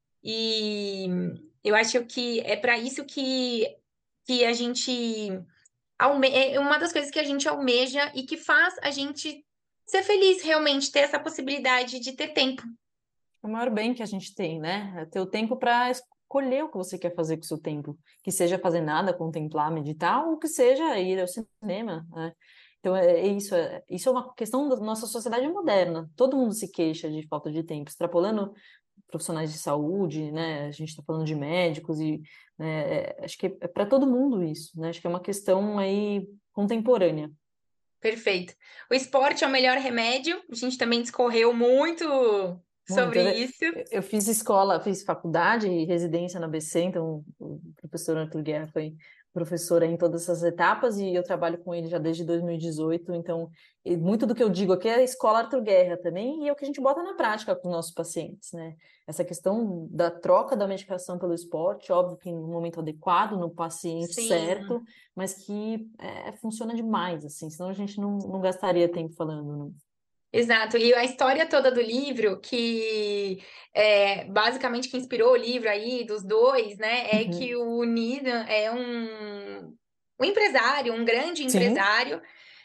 E eu acho que é para isso que que a gente alme- é uma das coisas que a gente almeja e que faz a gente ser feliz, realmente, ter essa possibilidade de ter tempo. É o maior bem que a gente tem, né? É ter o tempo para escolher o que você quer fazer com o seu tempo. Que seja fazer nada, contemplar, meditar, ou que seja ir ao cinema, né? Então, é, é isso, é, isso é uma questão da nossa sociedade moderna. Todo mundo se queixa de falta de tempo, extrapolando profissionais de saúde, né? A gente está falando de médicos e né, é, acho que é para todo mundo isso, né? Acho que é uma questão aí contemporânea. Perfeito. O esporte é o melhor remédio. A gente também discorreu muito Muito. sobre Eu, isso. eu fiz escola, fiz faculdade e residência na B C, então o professor Arthur Guerra foi professor em todas essas etapas e eu trabalho com ele já desde dois mil e dezoito, então e muito do que eu digo aqui é a escola Arthur Guerra também e é o que a gente bota na prática com os nossos pacientes, né? Essa questão da troca da medicação pelo esporte, óbvio que no momento adequado, no paciente Sim. certo, mas que é, funciona demais, assim, senão a gente não, não gastaria tempo falando, não. Exato, e a história toda do livro, que é basicamente que inspirou o livro aí dos dois, né, é que Uhum. o Needham é um, um empresário, um grande Sim, empresário.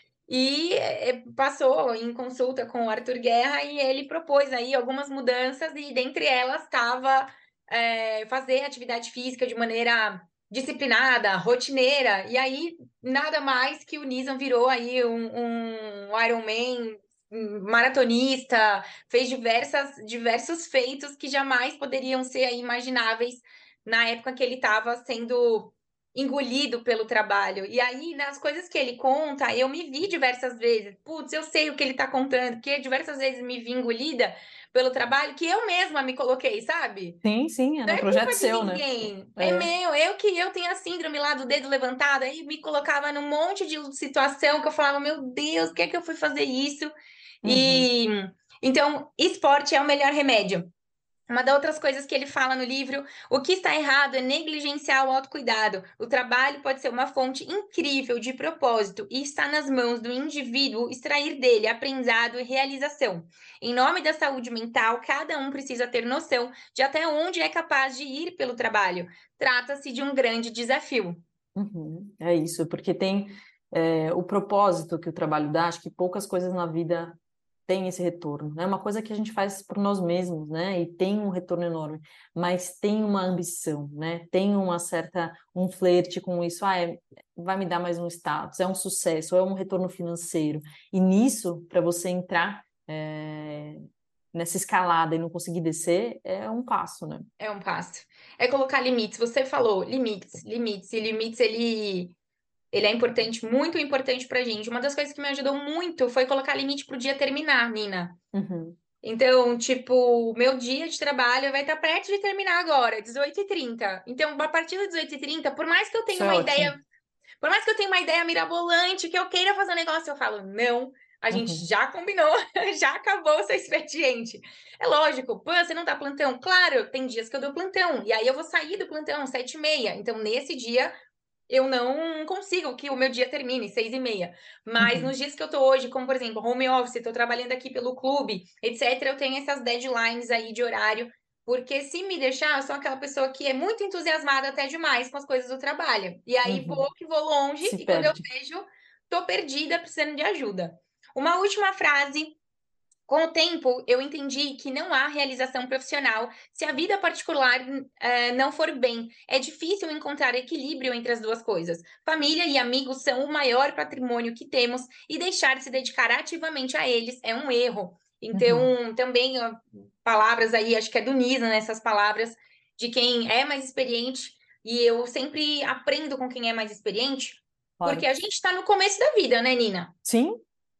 E eh, passou em consulta com o Arthur Guerra e ele propôs aí algumas mudanças, e dentre elas estava eh, fazer atividade física de maneira disciplinada, rotineira. E aí, nada mais que o Nizam virou aí um, um Ironman, um maratonista, fez diversas, diversos feitos que jamais poderiam ser aí imagináveis na época que ele estava sendo engolido pelo trabalho. E aí, nas coisas que ele conta, eu me vi diversas vezes. Putz, eu sei o que ele tá contando, porque diversas vezes me vi engolida pelo trabalho que eu mesma me coloquei, sabe? sim, sim, é Não no é projeto culpa de seu, né? ninguém, é É. meu. Eu que eu tenho a síndrome lá do dedo levantado, aí me colocava num monte de situação que eu falava, meu Deus, por que é que eu fui fazer isso? Uhum. E então, esporte é o melhor remédio. Uma das outras coisas que ele fala no livro, o que está errado é negligenciar o autocuidado. O trabalho pode ser uma fonte incrível de propósito e está nas mãos do indivíduo extrair dele aprendizado e realização. Em nome da saúde mental, cada um precisa ter noção de até onde é capaz de ir pelo trabalho. Trata-se de um grande desafio. Uhum. É isso, porque tem é, o propósito que o trabalho dá, acho que poucas coisas na vida têm esse retorno. É uma coisa que a gente faz por nós mesmos, né? E tem um retorno enorme, mas tem uma ambição, né? Tem uma certa, um flerte com isso, ah, é, vai me dar mais um status, é um sucesso, é um retorno financeiro. E nisso, para você entrar é, nessa escalada e não conseguir descer, é um passo, né? É um passo. É colocar limites. Você falou limites, limites. E limites, ele Ele é importante, muito importante pra gente. Uma das coisas que me ajudou muito foi colocar limite pro dia terminar, Nina. Uhum. Então, tipo, o meu dia de trabalho vai estar perto de terminar agora, dezoito e trinta. Então, a partir das dezoito e trinta, por mais que eu tenha Isso é uma ótimo. ideia, por mais que eu tenha uma ideia mirabolante, que eu queira fazer um negócio, eu falo, não. A gente Uhum. já combinou, já acabou o seu expediente. É lógico, pô, você não dá plantão? Claro, tem dias que eu dou plantão, e aí eu vou sair do plantão sete e meia. Então, nesse dia, eu não consigo que o meu dia termine seis e meia. Mas Uhum. nos dias que eu tô hoje, como por exemplo, home office, tô trabalhando aqui pelo clube, etcétera, eu tenho essas deadlines aí de horário, porque se me deixar, eu sou aquela pessoa que é muito entusiasmada até demais com as coisas do trabalho. E aí Uhum. vou que vou longe, Se e quando eu perde. vejo, tô perdida, precisando de ajuda. Uma última frase. Com o tempo, eu entendi que não há realização profissional se a vida particular eh, não for bem. É difícil encontrar equilíbrio entre as duas coisas. Família e amigos são o maior patrimônio que temos e deixar de se dedicar ativamente a eles é um erro. Uhum. Então, também, ó, palavras aí, acho que é do Nisa, nessas palavras, de quem é mais experiente, e eu sempre aprendo com quem é mais experiente, porque Claro. a gente está no começo da vida, né, Nina? Sim.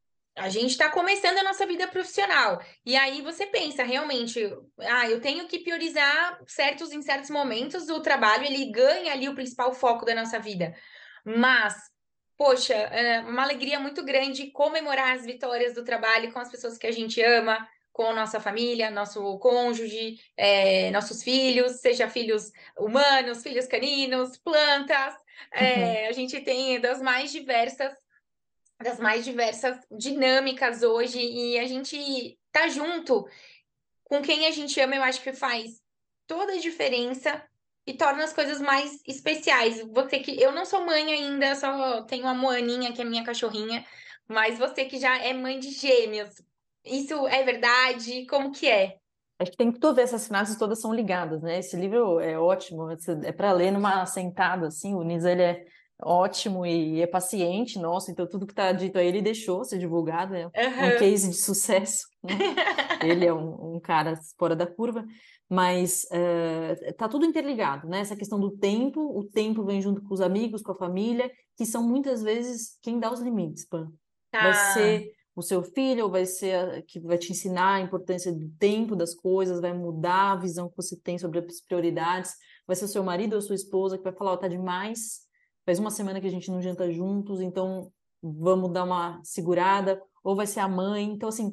A gente está começando a nossa vida profissional. E aí você pensa, realmente, ah, eu tenho que priorizar certos, em certos momentos, o trabalho, ele ganha ali o principal foco da nossa vida. Mas, poxa, é uma alegria muito grande comemorar as vitórias do trabalho com as pessoas que a gente ama, com a nossa família, nosso cônjuge, é, nossos filhos, seja filhos humanos, filhos caninos, plantas. Uhum. É, a gente tem das mais diversas das mais diversas dinâmicas hoje e a gente tá junto com quem a gente ama, eu acho que faz toda a diferença e torna as coisas mais especiais. Você que eu não sou mãe ainda, só tenho a Moaninha, que é minha cachorrinha, mas você que já é mãe de gêmeos, isso é verdade? Como que é? Acho que tem que tu ver, essas frases todas são ligadas, né? Esse livro é ótimo, é para ler numa sentada, assim. O Nisa, ele é ótimo e é paciente, nossa, então tudo que está dito aí ele deixou ser divulgado, é é um Aham. case de sucesso, né? Ele é um, um cara fora da curva, mas eh, tá tudo interligado, né? Essa questão do tempo, o tempo vem junto com os amigos, com a família, que são muitas vezes quem dá os limites, Pan. Vai Tá, ser o seu filho, ou vai ser a, que vai te ensinar a importância do tempo das coisas, vai mudar a visão que você tem sobre as prioridades, vai ser o seu marido ou a sua esposa que vai falar, ó, tá demais, faz uma semana que a gente não janta juntos, então vamos dar uma segurada, ou vai ser a mãe, então assim,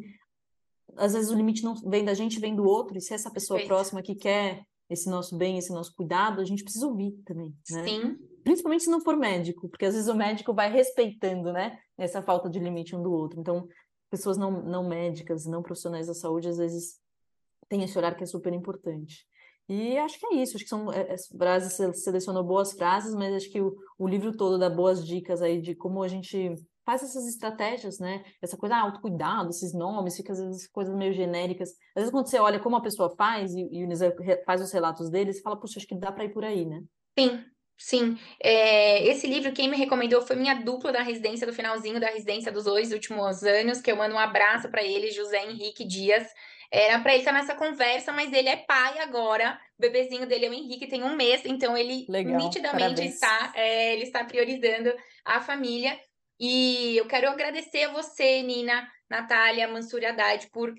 às vezes o limite não vem da gente, vem do outro, e se essa pessoa perfeito. próxima que quer esse nosso bem, esse nosso cuidado, a gente precisa ouvir também, né? Sim, Principalmente se não for médico, porque às vezes o médico vai respeitando, né, essa falta de limite um do outro. Então, pessoas não, não médicas, não profissionais da saúde, às vezes têm esse olhar que é super importante. E acho que é isso, acho que são é, é, frases, você selecionou boas frases, mas acho que o, o livro todo dá boas dicas aí de como a gente faz essas estratégias, né? Essa coisa, ah, autocuidado, esses nomes, fica às vezes coisas meio genéricas. Às vezes quando você olha como a pessoa faz e, e o Nisa faz os relatos dele, você fala, puxa, acho que dá para ir por aí, né? sim, sim. É, esse livro, quem me recomendou foi minha dupla da residência, do finalzinho da residência dos dois últimos anos, que eu mando um abraço para ele, José Henrique Dias. Era para ele estar nessa conversa, mas ele é pai agora. O bebezinho dele é o Henrique, tem um mês, então ele Legal, nitidamente parabéns. está, é, ele está priorizando a família. E eu quero agradecer a você, Nina, Natália, Mansur Haddad, por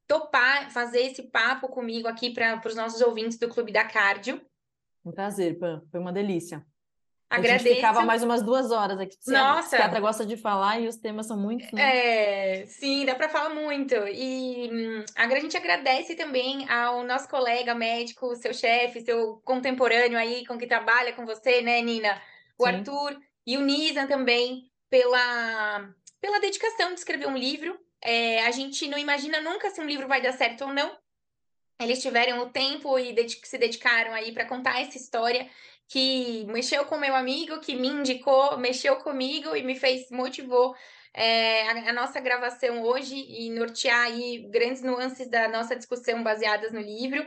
topar fazer esse papo comigo aqui para os nossos ouvintes do Clube da Cardio. Um prazer, Pan. Foi uma delícia. A gente ficava Agradeço. mais umas duas horas aqui. A psiquiatra Nossa, gosta de falar e os temas são muitos, né? é, sim, dá para falar muito. E hum, a gente agradece também ao nosso colega médico, seu chefe, seu contemporâneo aí, com que trabalha com você, né, Nina? O Sim. Arthur e o Nizam também, pela, pela dedicação de escrever um livro. É, a gente não imagina nunca se um livro vai dar certo ou não. Eles tiveram o tempo e dedi- se dedicaram aí para contar essa história que mexeu com meu amigo, que me indicou, mexeu comigo e me fez, motivou é, a, a nossa gravação hoje e nortear aí grandes nuances da nossa discussão baseadas no livro.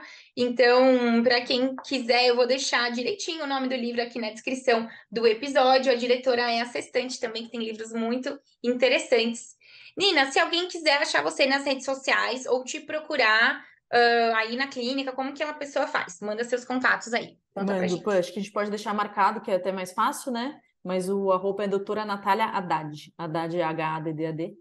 Então, para quem quiser, eu vou deixar direitinho o nome do livro aqui na descrição do episódio. A diretora é a Sextante também, que tem livros muito interessantes. Nina, se alguém quiser achar você nas redes sociais ou te procurar ah, aí na clínica, como que a pessoa faz? Manda seus contatos aí, conta pra Mando, pô, gente. acho que a gente pode deixar marcado, que é até mais fácil, né? Mas o arroba é doutora Natália Haddad. Haddad é H A D D A D.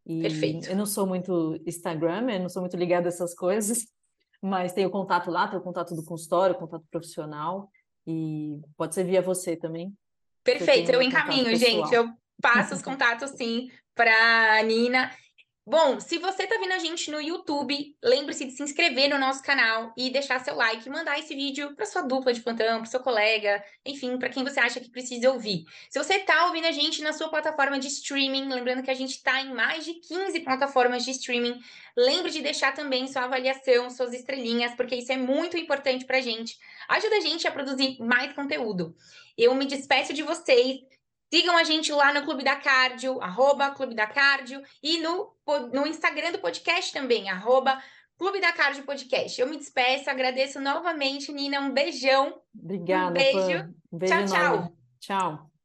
E Perfeito. eu não sou muito Instagram, eu não sou muito ligada a essas coisas, mas tem o contato lá, tem o contato do consultório, o contato profissional. E pode ser via você também, você tem Perfeito, o eu meu contato encaminho, gente. pessoal. Eu passo os contatos sim para Nina. Bom, se você tá vendo a gente no YouTube, lembre-se de se inscrever no nosso canal e deixar seu like, e mandar esse vídeo para sua dupla de plantão, para seu colega, enfim, para quem você acha que precisa ouvir. Se você tá ouvindo a gente na sua plataforma de streaming, lembrando que a gente tá em mais de quinze plataformas de streaming, lembre de deixar também sua avaliação, suas estrelinhas, porque isso é muito importante pra gente. Ajuda a gente a produzir mais conteúdo. Eu me despeço de vocês. Sigam a gente lá no Clube da Cardio, arroba Clube da Cardio, e no, no Instagram do podcast também, arroba Clube da Cardio Podcast. Eu me despeço, agradeço novamente, Nina, um beijão, um Obrigada, beijo, Pan. Um beijo tchau, enorme. tchau! Tchau.